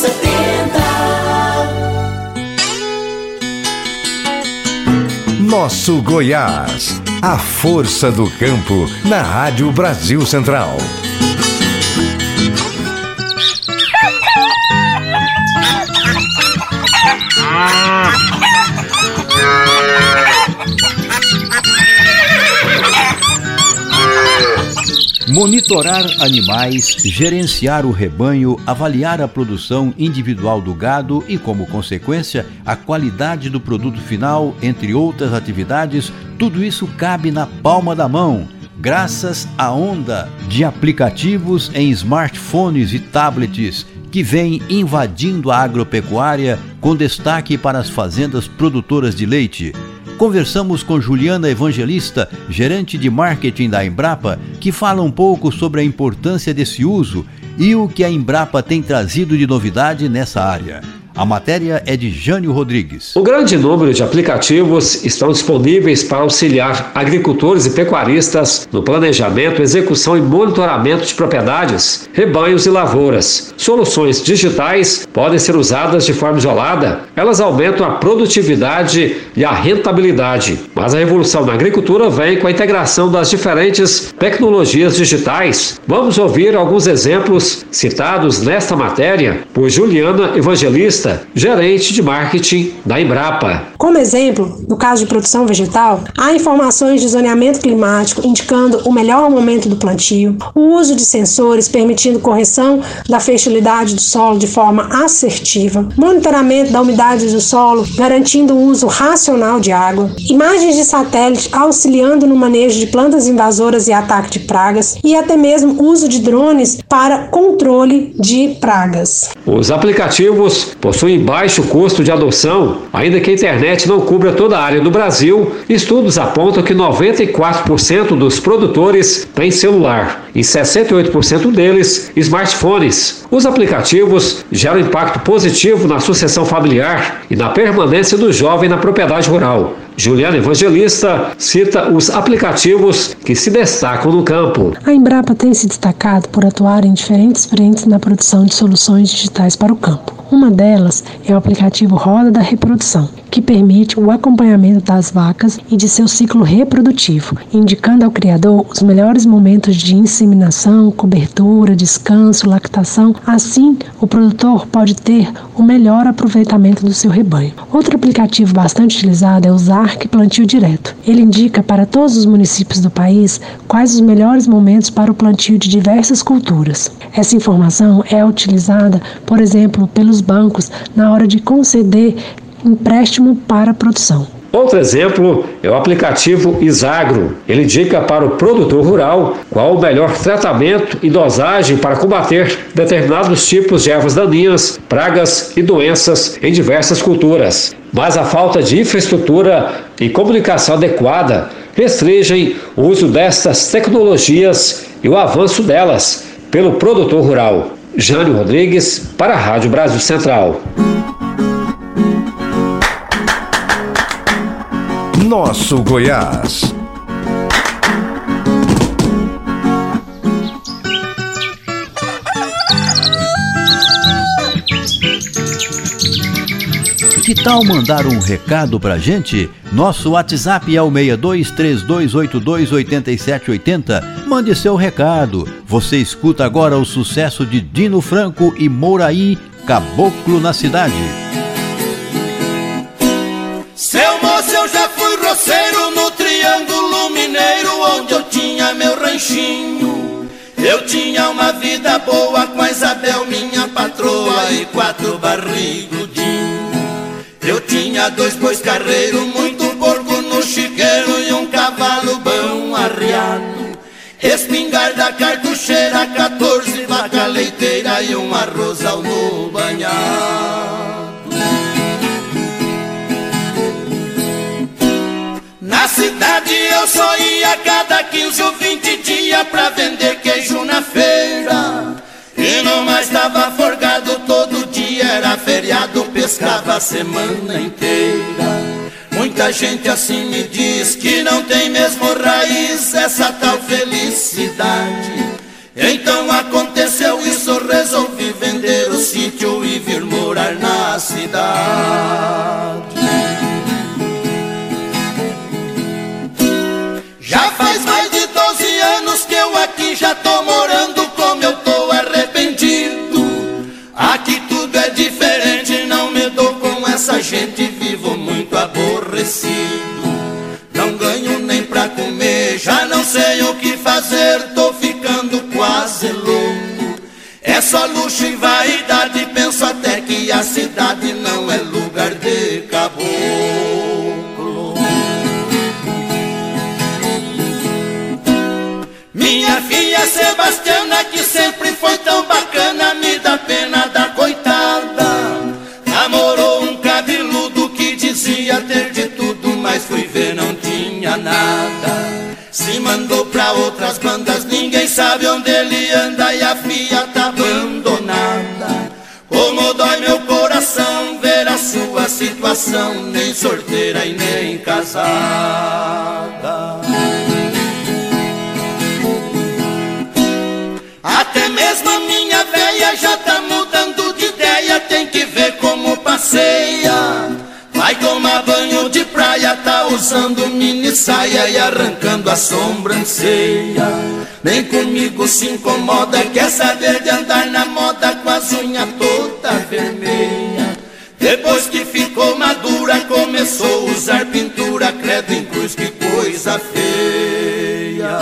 Speaker 1: Nosso Goiás. A força do campo na Rádio Brasil Central.
Speaker 2: Monitorar animais, gerenciar o rebanho, avaliar a produção individual do gado e, como consequência, a qualidade do produto final, entre outras atividades, tudo isso cabe na palma da mão, graças à onda de aplicativos em smartphones e tablets que vem invadindo a agropecuária, com destaque para as fazendas produtoras de leite. Conversamos com Juliana Evangelista, gerente de marketing da Embrapa, que fala um pouco sobre a importância desse uso e o que a Embrapa tem trazido de novidade nessa área. A matéria é de Jânio Rodrigues.
Speaker 17: Um grande número de aplicativos estão disponíveis para auxiliar agricultores e pecuaristas no planejamento, execução e monitoramento de propriedades, rebanhos e lavouras. Soluções digitais podem ser usadas de forma isolada. Elas aumentam a produtividade e a rentabilidade. Mas a revolução na agricultura vem com a integração das diferentes tecnologias digitais. Vamos ouvir alguns exemplos citados nesta matéria por Juliana Evangelista, gerente de marketing da Embrapa.
Speaker 18: Como exemplo, no caso de produção vegetal, há informações de zoneamento climático indicando o melhor momento do plantio, o uso de sensores permitindo correção da fertilidade do solo de forma assertiva, monitoramento da umidade do solo garantindo o uso racional de água, imagens de satélite auxiliando no manejo de plantas invasoras e ataque de pragas e até mesmo uso de drones para controle de pragas.
Speaker 17: Os aplicativos possuem baixo custo de adoção, ainda que a internet não cubra toda a área do Brasil. Estudos apontam que noventa e quatro por cento dos produtores têm celular e sessenta e oito por cento deles smartphones. Os aplicativos geram impacto positivo na sucessão familiar e na permanência do jovem na propriedade rural. Juliana Evangelista cita os aplicativos que se destacam no campo.
Speaker 18: A Embrapa tem se destacado por atuar em diferentes frentes na produção de soluções digitais para o campo. Uma delas é o aplicativo Roda da Reprodução, que permite o acompanhamento das vacas e de seu ciclo reprodutivo, indicando ao criador os melhores momentos de inseminação, cobertura, descanso, lactação. Assim, o produtor pode ter o melhor aproveitamento do seu rebanho. Outro aplicativo bastante utilizado é o Zarc Plantio Direto. Ele indica para todos os municípios do país quais os melhores momentos para o plantio de diversas culturas. Essa informação é utilizada, por exemplo, pelos bancos na hora de conceder empréstimo para a produção.
Speaker 17: Outro exemplo é o aplicativo Isagro. Ele indica para o produtor rural qual o melhor tratamento e dosagem para combater determinados tipos de ervas daninhas, pragas e doenças em diversas culturas. Mas a falta de infraestrutura e comunicação adequada restringem o uso destas tecnologias e o avanço delas pelo produtor rural. Jânio Rodrigues, para a Rádio Brasil Central.
Speaker 1: Nosso Goiás.
Speaker 2: Que tal mandar um recado pra gente? Nosso WhatsApp é o seis dois três dois oito dois oito sete oito zero. Mande seu recado. Você escuta agora o sucesso de Dino Franco e Mouraí, Caboclo na Cidade.
Speaker 14: Seu moço, eu já fui roceiro no Triângulo Mineiro, onde eu tinha meu ranchinho. Eu tinha uma vida boa com a Isabel, minha patroa, e quatro barrigudinhos. Eu tinha dois bois carreiros, muito porco no chiqueiro e um cavalo bom arriado. Espingarda cartucheira, quatorze vaca leiteira e um arrozal no banhado. Na cidade eu só ia cada quinze ou vinte dias pra vender queijo na feira. E não mais tava forgado, todo dia era feriado, pescava a semana inteira. Muita gente assim me diz que não tem mesmo raiz essa tal felicidade. Então aconteceu isso, resolvi vender o sítio e vir morar na cidade. faz mais de doze anos que eu aqui já tô morando, como eu tô arrependido. Aqui tudo é diferente, não me dou com essa gente, vivo muito aborrecido. Não ganho nem pra comer, já não sei o que fazer, tô ficando quase louco. É só luxo e vaidade, penso até que a cidade não é lugar de caboclo. Minha filha Sebastiana, que sempre foi tão bacana, me dá pena da coitada. Namorou um cabeludo que dizia ter de tudo, mas fui ver não tinha nada. Se mandou pra outras bandas, ninguém sabe onde ele anda e a filha tá abandonada. Como dói meu coração ver a sua situação, nem solteira e nem casada. Até mesmo a minha véia já tá mudando de ideia, tem que ver como passeia. Vai tomar banho de praia, tá usando mini saia e arrancando a sobrancelha. Nem comigo se incomoda, quer saber de andar na moda com as unhas toda vermelha. Depois que ficou madura, começou a usar pintura, credo em cruz, que coisa feia.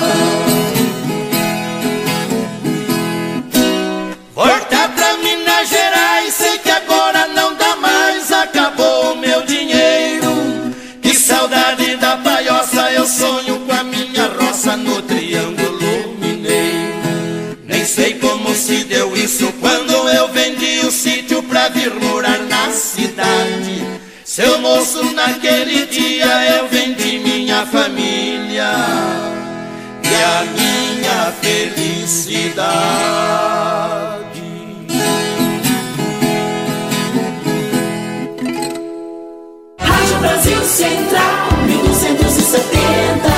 Speaker 14: Voltar pra Minas Gerais, sei que agora não dá mais, acabou o meu dinheiro. Que saudade da Palhoça, eu sonho com a minha roça no Triângulo Mineiro. Nem sei como se deu isso, quando eu vendi o sítio pra vir morar na cidade. Seu moço, naquele dia eu vendi minha família e a minha felicidade.
Speaker 6: Rádio Brasil Central, mil duzentos e setenta.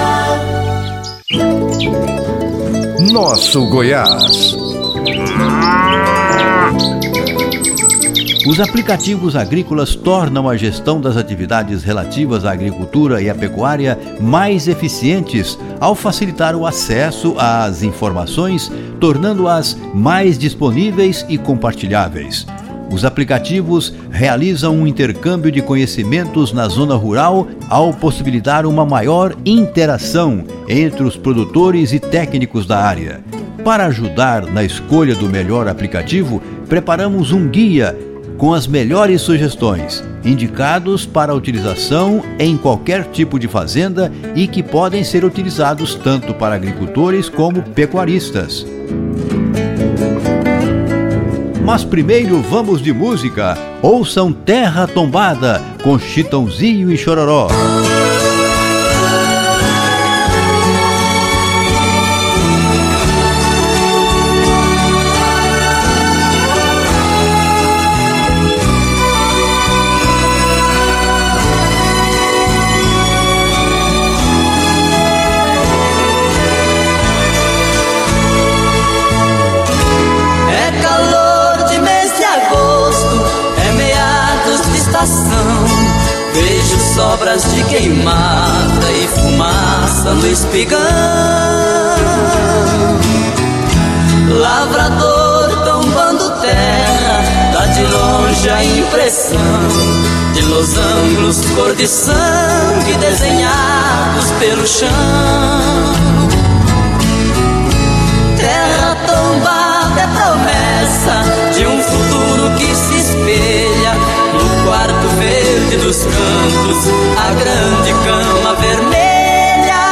Speaker 1: Nosso Goiás.
Speaker 2: Os aplicativos agrícolas tornam a gestão das atividades relativas à agricultura e à pecuária mais eficientes ao facilitar o acesso às informações, tornando-as mais disponíveis e compartilháveis. Os aplicativos realizam um intercâmbio de conhecimentos na zona rural ao possibilitar uma maior interação entre os produtores e técnicos da área. Para ajudar na escolha do melhor aplicativo, preparamos um guia com as melhores sugestões, indicados para utilização em qualquer tipo de fazenda e que podem ser utilizados tanto para agricultores como pecuaristas. Mas primeiro vamos de música. Ouçam Terra Tombada, com Chitãozinho e Chororó.
Speaker 19: Vejo sobras de queimada e fumaça no espigão. Lavrador tombando terra, dá de longe a impressão de losangos cor de sangue desenhados pelo chão. Terra tombada é promessa de um futuro que se espelha no quarto verde dos campos, a grande cama vermelha,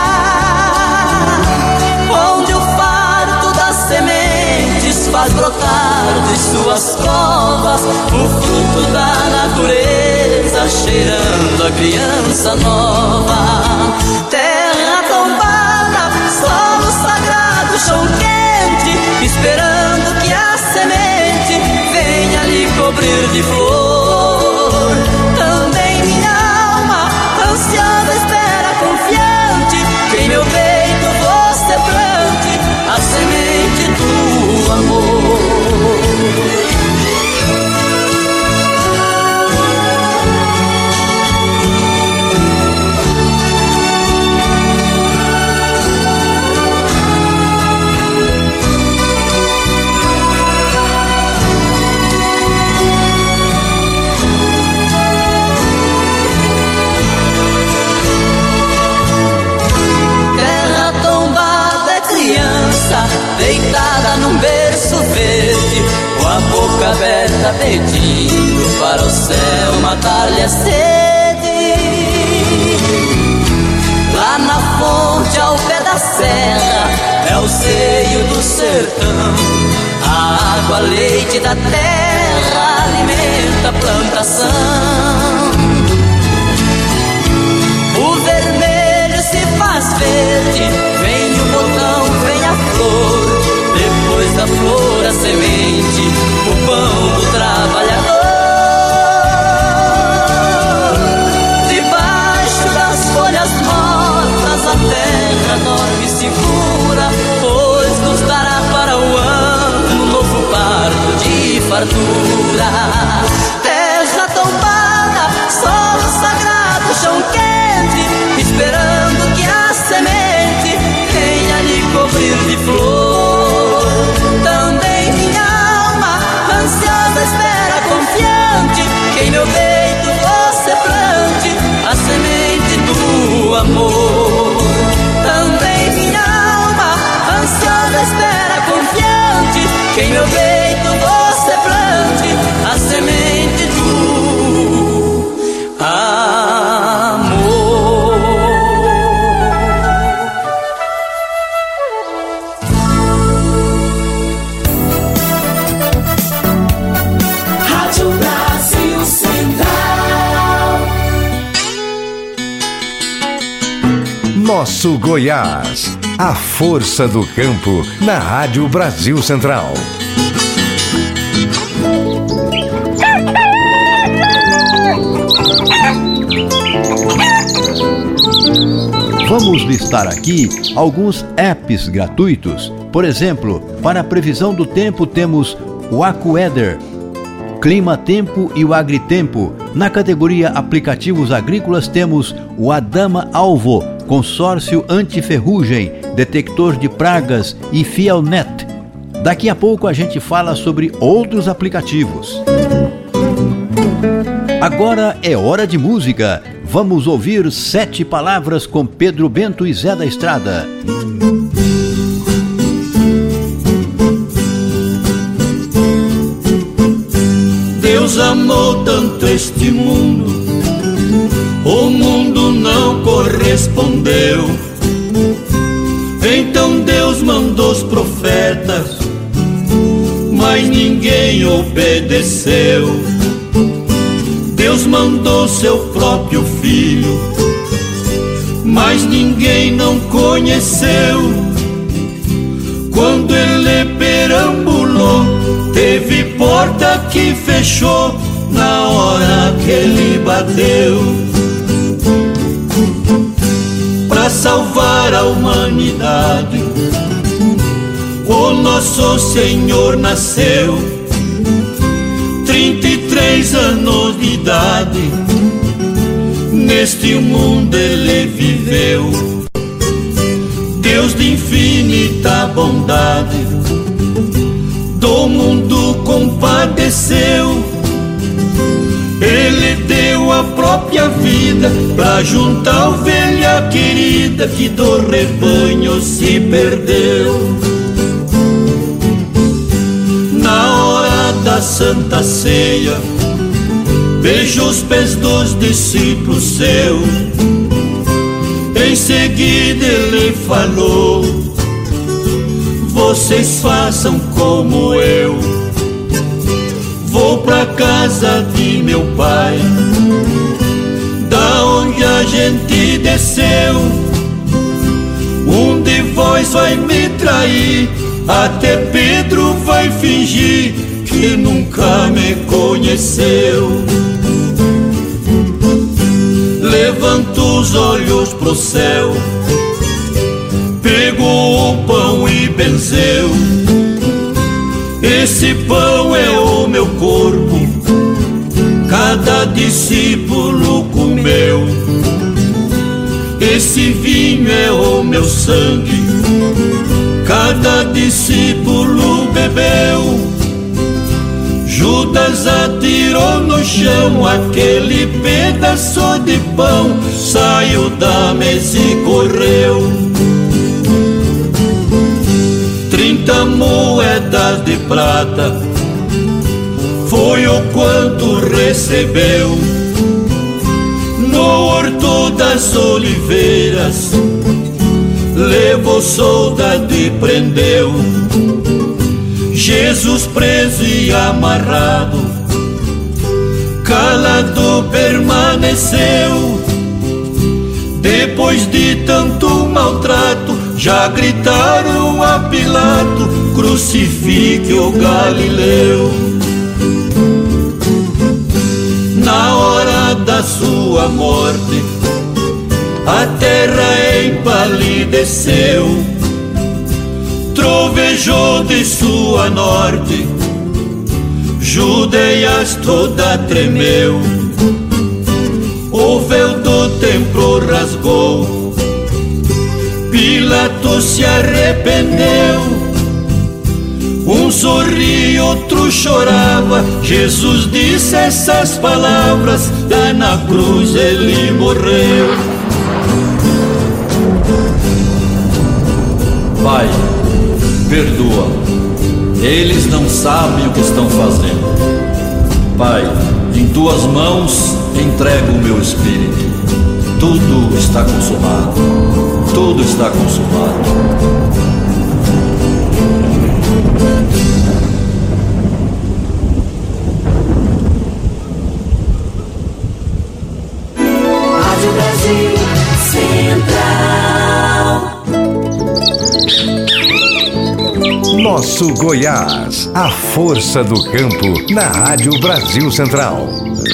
Speaker 19: onde o fardo das sementes faz brotar de suas covas o fruto da natureza, cheirando a criança nova. Terra tombada, solo sagrado, chão quente, esperando que a semente venha lhe cobrir de flor. Também minha alma, ansiando, espera confiante, que em meu peito você plante a semente do amor. indo para o céu matar-lhe a sede. Lá na fonte ao pé da serra é o seio do sertão. A água, leite da terra alimenta a plantação. O vermelho se faz verde, vem o botão, vem a flor. Depois da flor a semente, o pão do trabalhador. Debaixo das folhas mortas a terra dorme segura, pois nos dará para o ano um novo parto de fartura. Terra tombada, sol sagrado, chão quente, esperando que a semente venha lhe cobrir de flor. Também minha alma, ansiosa espera, confiante, que em meu peito você plante a semente do amor. Também minha alma, ansiosa espera, confiante, que em meu peito você plante a semente do amor.
Speaker 6: Rádio Brasil Central.
Speaker 1: Nosso Goiás. A força do campo na Rádio Brasil Central.
Speaker 2: Vamos listar aqui alguns apps gratuitos. Por exemplo, para a previsão do tempo temos o AccuWeather, Clima Tempo e o AgriTempo. Na categoria aplicativos agrícolas temos o Adama Alvo, consórcio anti-ferrugem, detector de pragas e Fielnet. Daqui a pouco a gente fala sobre outros aplicativos. Agora é hora de música. Vamos ouvir Sete Palavras com Pedro Bento e Zé da Estrada.
Speaker 8: Deus amou tanto este mundo, o mundo não correspondeu. Então Deus mandou os profetas, mas ninguém obedeceu. Deus mandou seu próprio filho, mas ninguém não conheceu. Quando ele perambulou, teve porta que fechou na hora que ele bateu. Para salvar a humanidade, o nosso Senhor nasceu. Trinta e três anos de idade, neste mundo ele viveu. Deus de infinita bondade, do mundo compadeceu. Ele deu a própria vida pra juntar a ovelha querida que do rebanho se perdeu. Na hora da Santa Ceia, beijou os pés dos discípulos seus. Em seguida ele falou: vocês façam como eu. Vou pra casa de meu pai, da onde a gente desceu. Um de vós vai me trair, até Pedro vai fingir que nunca me conheceu. Levantou os olhos pro céu, pegou o pão e benzeu. Esse pão é o meu corpo, cada discípulo comeu. Esse vinho é o meu sangue, cada discípulo bebeu. Judas atirou no chão aquele pedaço de pão, saiu da mesa e correu. Trinta moedas de prata foi o quanto recebeu no horto das oliveiras. Levou soldado e prendeu Jesus preso e amarrado, calado permaneceu. Depois de tanto maltrato, já gritaram a Pilato: crucifique o Galileu. Na hora da sua morte, a terra empalideceu, trovejou de sul a norte, Judeias toda tremeu. O véu do templo rasgou, Pilato se arrependeu. Um sorria, outro chorava, Jesus disse essas palavras, lá na cruz ele morreu.
Speaker 20: Pai, perdoa, eles não sabem o que estão fazendo. Pai, em tuas mãos entrego o meu espírito. Tudo está consumado, tudo está consumado.
Speaker 6: Rádio Brasil Central.
Speaker 1: Nosso Goiás, a força do campo na Rádio Brasil Central.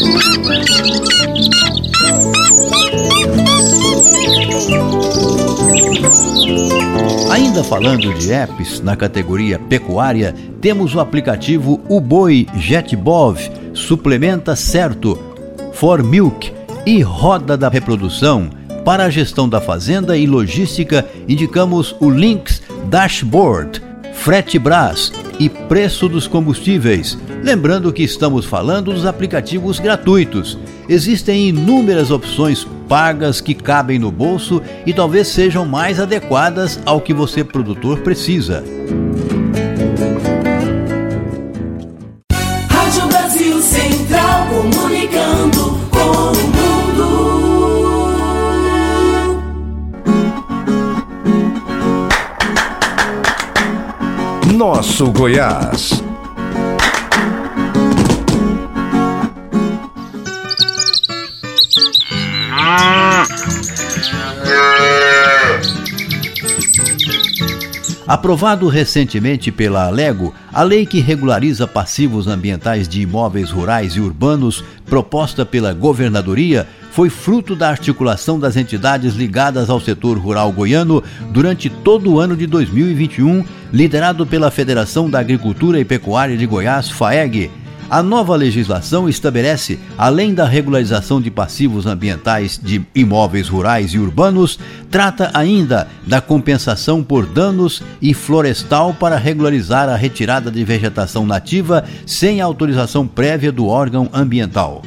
Speaker 2: Ainda falando de apps na categoria pecuária, temos o aplicativo O Boi JetBov, Suplementa Certo, For Milk e Roda da Reprodução. Para a gestão da fazenda e logística, indicamos o Lynx Dashboard, Fretebras e preço dos combustíveis. Lembrando que estamos falando dos aplicativos gratuitos. Existem inúmeras opções pagas que cabem no bolso e talvez sejam mais adequadas ao que você, produtor, precisa.
Speaker 6: Rádio Brasil Central, comunicando com o mundo.
Speaker 1: Nosso Goiás.
Speaker 2: Aprovado recentemente pela Alego, a lei que regulariza passivos ambientais de imóveis rurais e urbanos, proposta pela Governadoria, foi fruto da articulação das entidades ligadas ao setor rural goiano durante todo o ano de dois mil e vinte e um, liderado pela Federação da Agricultura e Pecuária de Goiás, FAEG. A nova legislação estabelece, além da regularização de passivos ambientais de imóveis rurais e urbanos, trata ainda da compensação por danos e florestal para regularizar a retirada de vegetação nativa sem autorização prévia do órgão ambiental.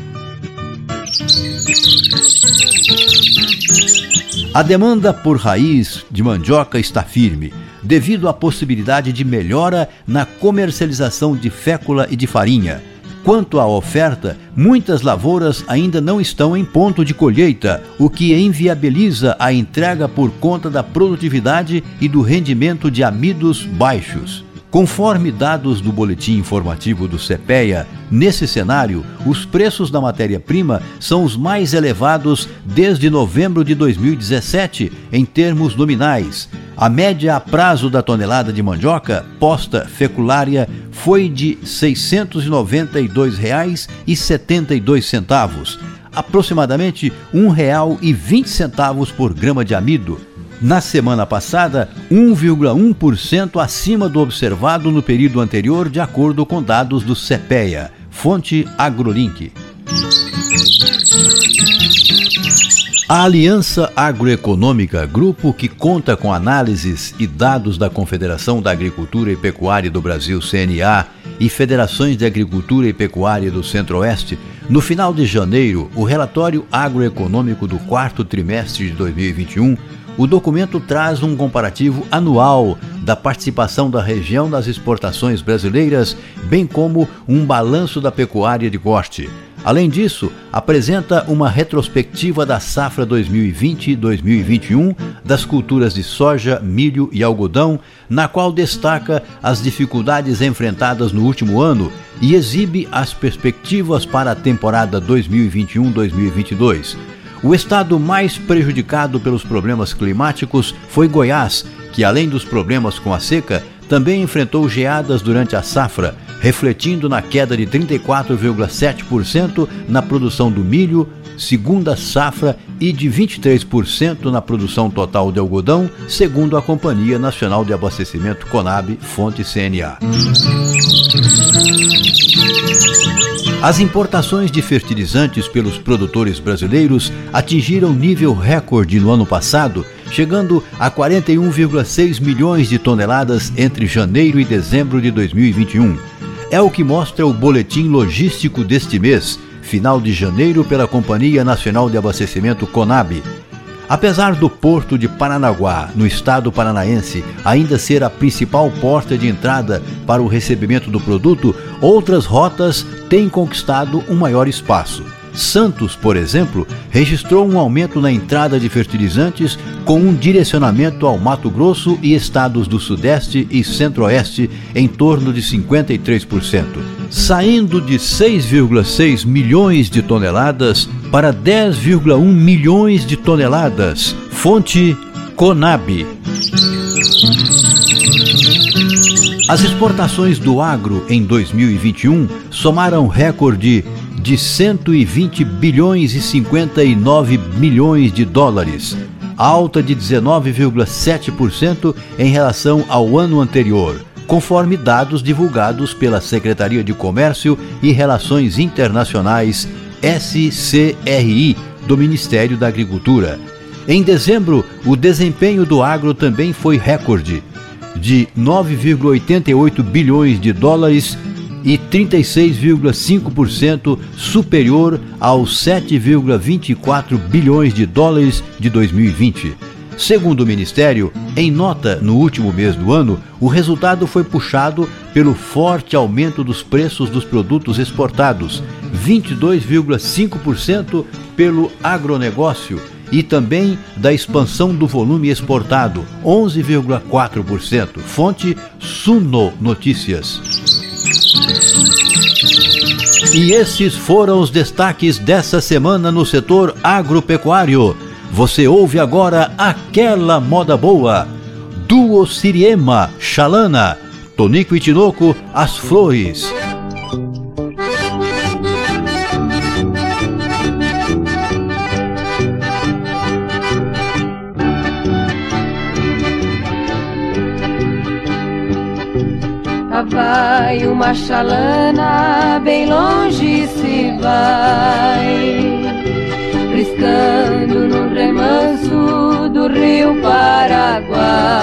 Speaker 2: A demanda por raiz de mandioca está firme, devido à possibilidade de melhora na comercialização de fécula e de farinha. Quanto à oferta, muitas lavouras ainda não estão em ponto de colheita, o que inviabiliza a entrega por conta da produtividade e do rendimento de amidos baixos. Conforme dados do boletim informativo do CEPEA, nesse cenário, os preços da matéria-prima são os mais elevados desde novembro de dois mil e dezessete, em termos nominais. A média a prazo da tonelada de mandioca posta feculária foi de seiscentos e noventa e dois reais e setenta e dois centavos, aproximadamente um real e vinte centavos por grama de amido. Na semana passada, um vírgula um por cento acima do observado no período anterior, de acordo com dados do CEPEA, fonte AgroLink. A Aliança Agroeconômica, grupo que conta com análises e dados da Confederação da Agricultura e Pecuária do Brasil, C N A, e Federações de Agricultura e Pecuária do Centro-Oeste, no final de janeiro, o relatório agroeconômico do quarto trimestre de dois mil e vinte e um o documento traz um comparativo anual da participação da região nas exportações brasileiras, bem como um balanço da pecuária de corte. Além disso, apresenta uma retrospectiva da safra dois mil e vinte a dois mil e vinte e um das culturas de soja, milho e algodão, na qual destaca as dificuldades enfrentadas no último ano e exibe as perspectivas para a temporada dois mil e vinte e um a dois mil e vinte e dois. O estado mais prejudicado pelos problemas climáticos foi Goiás, que além dos problemas com a seca, também enfrentou geadas durante a safra, refletindo na queda de trinta e quatro vírgula sete por cento na produção do milho, segunda safra, e de vinte e três por cento na produção total de algodão, segundo a Companhia Nacional de Abastecimento Conab, fonte C N A. As importações de fertilizantes pelos produtores brasileiros atingiram nível recorde no ano passado, chegando a quarenta e um vírgula seis milhões de toneladas entre janeiro e dezembro de dois mil e vinte e um. É o que mostra o boletim logístico deste mês, final de janeiro, pela Companhia Nacional de Abastecimento Conab. Apesar do porto de Paranaguá, no estado paranaense, ainda ser a principal porta de entrada para o recebimento do produto, outras rotas têm conquistado um maior espaço. Santos, por exemplo, registrou um aumento na entrada de fertilizantes com um direcionamento ao Mato Grosso e estados do Sudeste e Centro-Oeste em torno de cinquenta e três por cento, saindo de seis vírgula seis milhões de toneladas para dez vírgula um milhões de toneladas. Fonte Conab. As exportações do agro em dois mil e vinte e um somaram recorde de cento e vinte bilhões e cinquenta e nove milhões de dólares, alta de dezenove vírgula sete por cento em relação ao ano anterior, conforme dados divulgados pela Secretaria de Comércio e Relações Internacionais, S C R I, do Ministério da Agricultura. Em dezembro, o desempenho do agro também foi recorde, de nove vírgula oitenta e oito bilhões de dólares e trinta e seis vírgula cinco por cento superior aos sete vírgula vinte e quatro bilhões de dólares de dois mil e vinte. Segundo o Ministério, em nota no último mês do ano, o resultado foi puxado pelo forte aumento dos preços dos produtos exportados, vinte e dois vírgula cinco por cento pelo agronegócio, e também da expansão do volume exportado, onze vírgula quatro por cento. Fonte Suno Notícias. E esses foram os destaques dessa semana no setor agropecuário. Você ouve agora Aquela Moda Boa, Duo Siriema, Xalana, Tonico e Tinoco, As Flores.
Speaker 12: Vai uma xalana, bem longe se vai, riscando no remanso do rio Paraguai.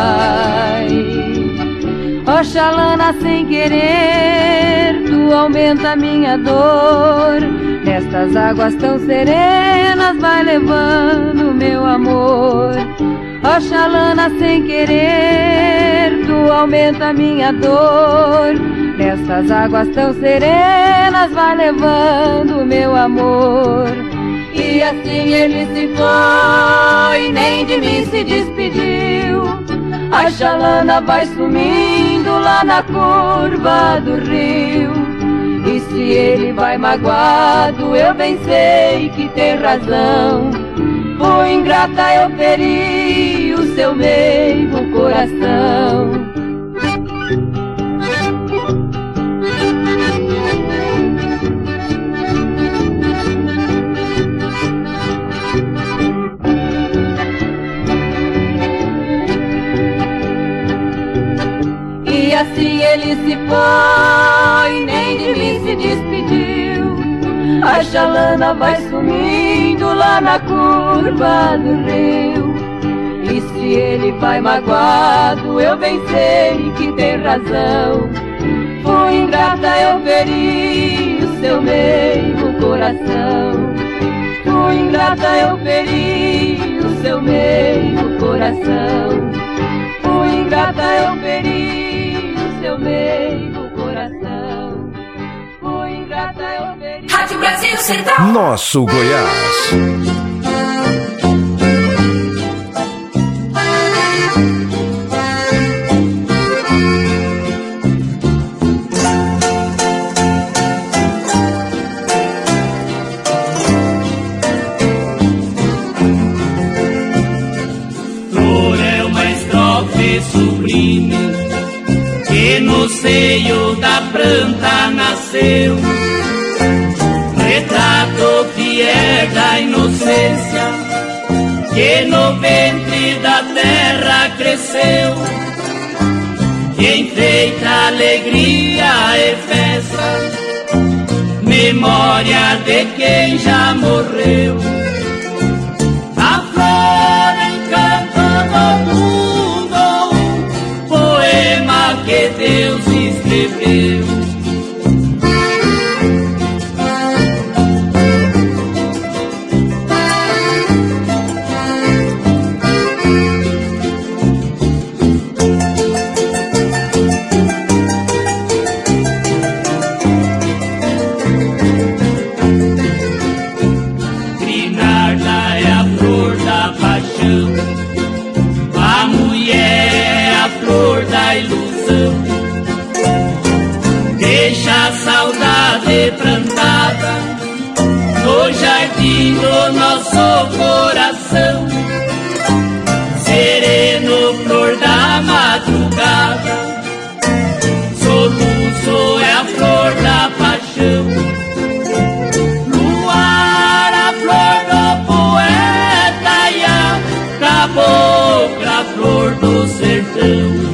Speaker 12: Ó xalana, sem querer, tu aumenta minha dor. Estas águas tão serenas vai levando meu amor. Ó xalana, sem querer, tu aumenta minha dor. Nessas águas tão serenas vai levando meu amor. E assim ele se foi, nem de mim se despediu. A xalana vai sumindo lá na curva do rio. E se ele vai magoado, eu bem sei que tem razão. Fui ingrata, eu feri o seu meigo coração. E assim ele se foi, nem de mim se despediu. A xalana vai sumindo lá na curva do rio. E se ele vai magoado, eu bem sei que tem razão. Fui ingrata, eu feri o seu meigo coração. Fui ingrata, eu feri o seu meigo coração. coração. O ingrata eu feri o seu meio coração. O ingrata eu feri. Rádio Brasil Central.
Speaker 1: Nosso Goiás.
Speaker 8: Sublime, que no seio da planta nasceu, retrato que é da inocência, que no ventre da terra cresceu, que enfeita alegria e festa, memória de quem já morreu. A flor encanta do mundo, que Deus escreveu. Grinarda é a flor da paixão, a mulher é a flor da ilusão. Deixa a saudade plantada no jardim do nosso coração. Sereno, flor da madrugada, soluço é a flor da paixão. Luar, a flor do poeta, e a cabocla, a flor do sertão.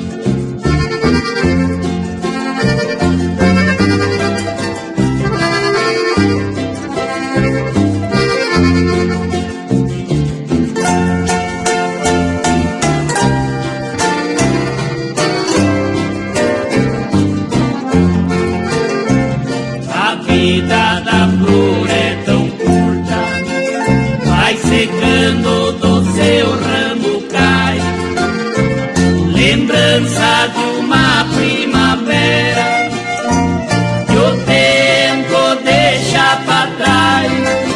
Speaker 8: Lembrança de uma primavera que o tempo deixa pra trás.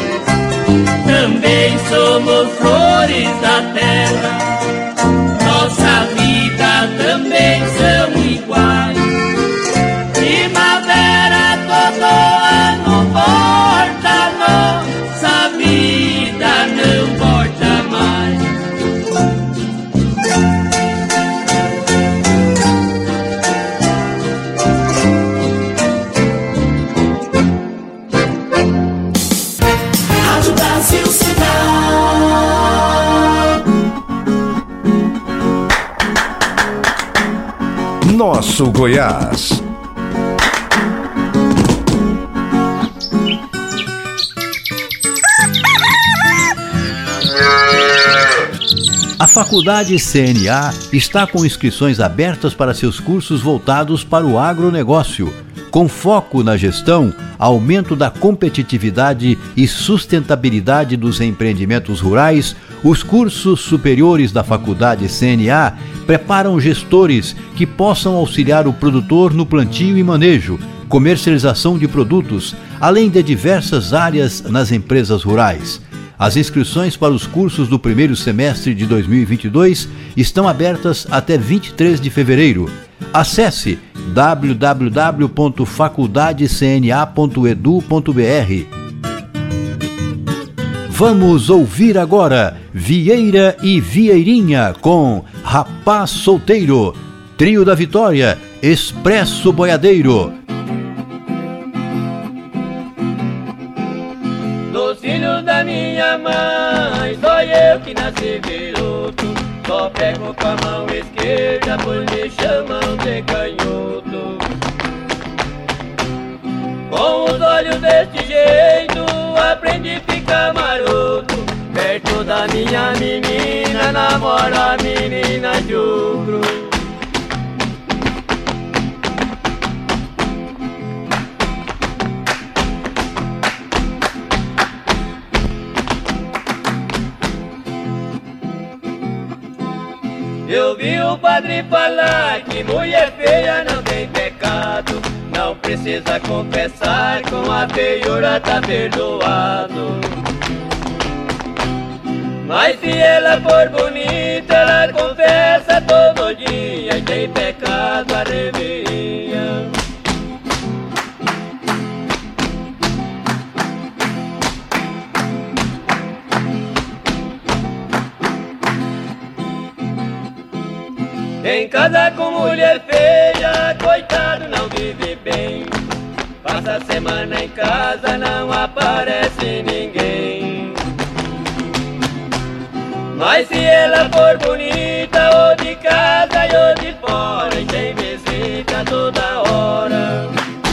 Speaker 8: Também somos flores da terra, nossa vida também são iguais. Primavera todo ano volta, nossa vida não volta mais.
Speaker 1: Nosso Goiás.
Speaker 2: A Faculdade C N A está com inscrições abertas para seus cursos voltados para o agronegócio, com foco na gestão, aumento da competitividade e sustentabilidade dos empreendimentos rurais. Os cursos superiores da Faculdade C N A preparam gestores que possam auxiliar o produtor no plantio e manejo, comercialização de produtos, além de diversas áreas nas empresas rurais. As inscrições para os cursos do primeiro semestre de dois mil e vinte e dois estão abertas até vinte e três de fevereiro. Acesse w w w ponto faculdade c n a ponto e d u ponto b r. Vamos ouvir agora Vieira e Vieirinha com Rapaz Solteiro, Trio da Vitória, Expresso Boiadeiro.
Speaker 8: Dos filhos da minha mãe, sou eu que nasci viroto. Só pego com a mão esquerda, pois me chamam de canhoto. Com os olhos deste jeito, aprendi a ficar maroto. Perto da minha menina, namoro a menina de ogro.
Speaker 19: Eu vi o padre falar que mulher feia não tem pecado. Não precisa confessar, com a feiura tá perdoado. Mas se ela for bonita, ela confessa todo dia e tem pecado a reveria. Em casa com mulher feia, coitado não vive bem. Passa a semana em casa, não aparece ninguém. Mas se ela for bonita, ou de casa ou de fora, e tem visita toda hora.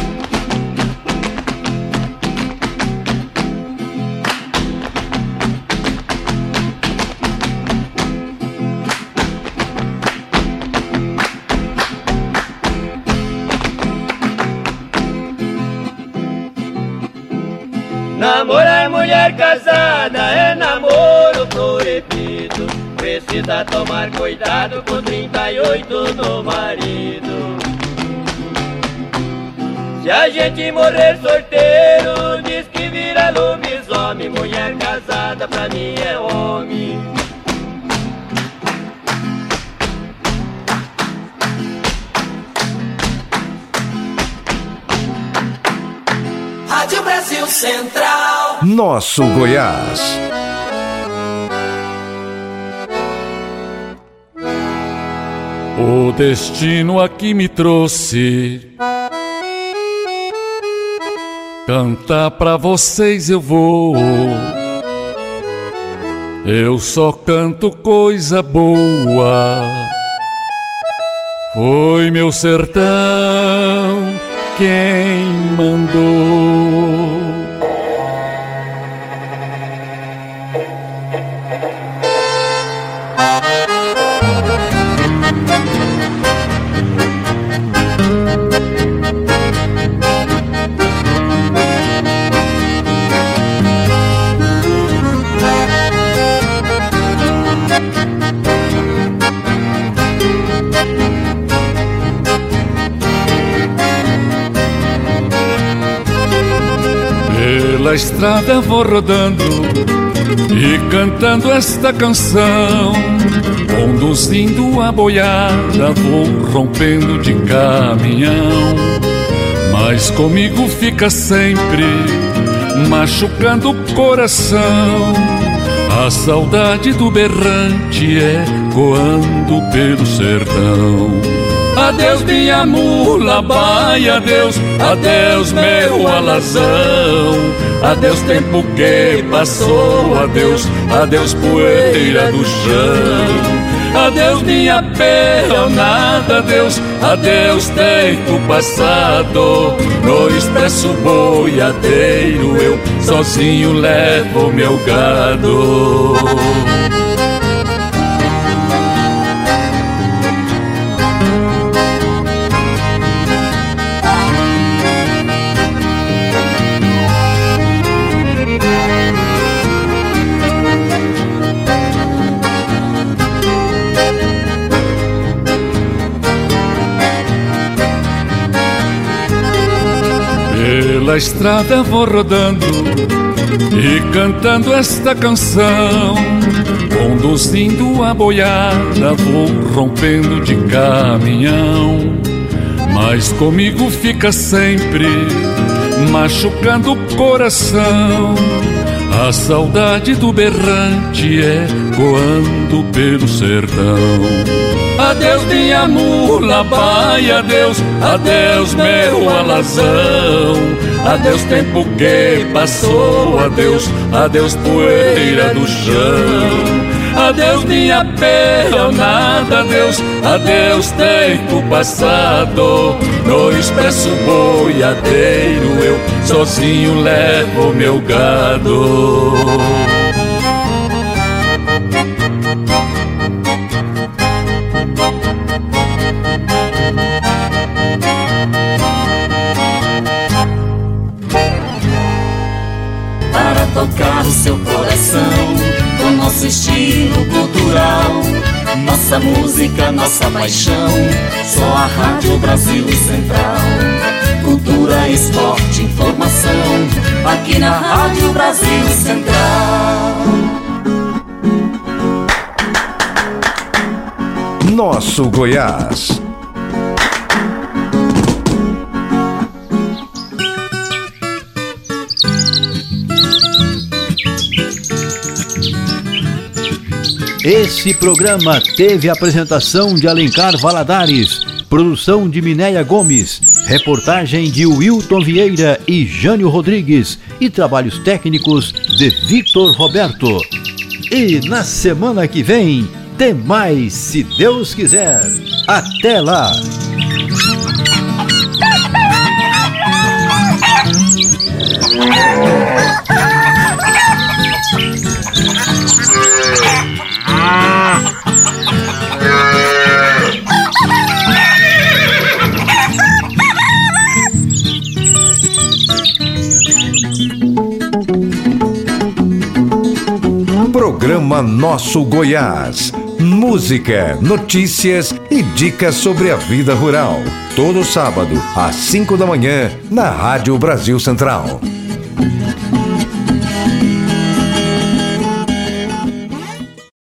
Speaker 19: Namorar mulher casada é namoro proibido. Precisa tomar cuidado com trinta e oito do marido. Se a gente morrer sorteiro, diz que vira lobisomem. Mulher casada pra mim é homem.
Speaker 6: Rádio Brasil Central.
Speaker 1: Nosso Goiás.
Speaker 16: O destino aqui me trouxe. Cantar pra vocês eu vou. Eu só canto coisa boa. Foi meu sertão quem mandou. Pela estrada vou rodando e cantando esta canção, conduzindo a boiada, vou rompendo de caminhão. Mas comigo fica sempre machucando o coração a saudade do berrante ecoando pelo sertão. Adeus minha mula baia, adeus, adeus meu alazão. Adeus tempo que passou, adeus, adeus poeira do chão. Adeus minha peonada, adeus, adeus tempo passado. No expresso boiadeiro eu sozinho levo meu gado. Pela estrada vou rodando e cantando esta canção, conduzindo a boiada, vou rompendo de caminhão. Mas comigo fica sempre machucando o coração a saudade do berrante ecoando pelo sertão. Adeus minha mula baia, adeus, adeus meu alazão. Adeus tempo que passou, adeus, adeus poeira do chão. Adeus minha peonada, adeus, adeus tempo passado. No expresso boiadeiro eu sozinho levo meu gado.
Speaker 6: Tocar o seu coração com nosso estilo cultural. Nossa música, nossa paixão, só a Rádio Brasil Central. Cultura, esporte, informação, aqui na Rádio Brasil Central.
Speaker 1: Nosso Goiás.
Speaker 2: Esse programa teve a apresentação de Alencar Valadares, produção de Minéia Gomes, reportagem de Wilton Vieira e Jânio Rodrigues e trabalhos técnicos de Vitor Roberto. E na semana que vem tem mais, se Deus quiser. Até lá!
Speaker 1: Programa Nosso Goiás. Música, notícias e dicas sobre a vida rural. Todo sábado, às cinco da manhã, na Rádio Brasil Central.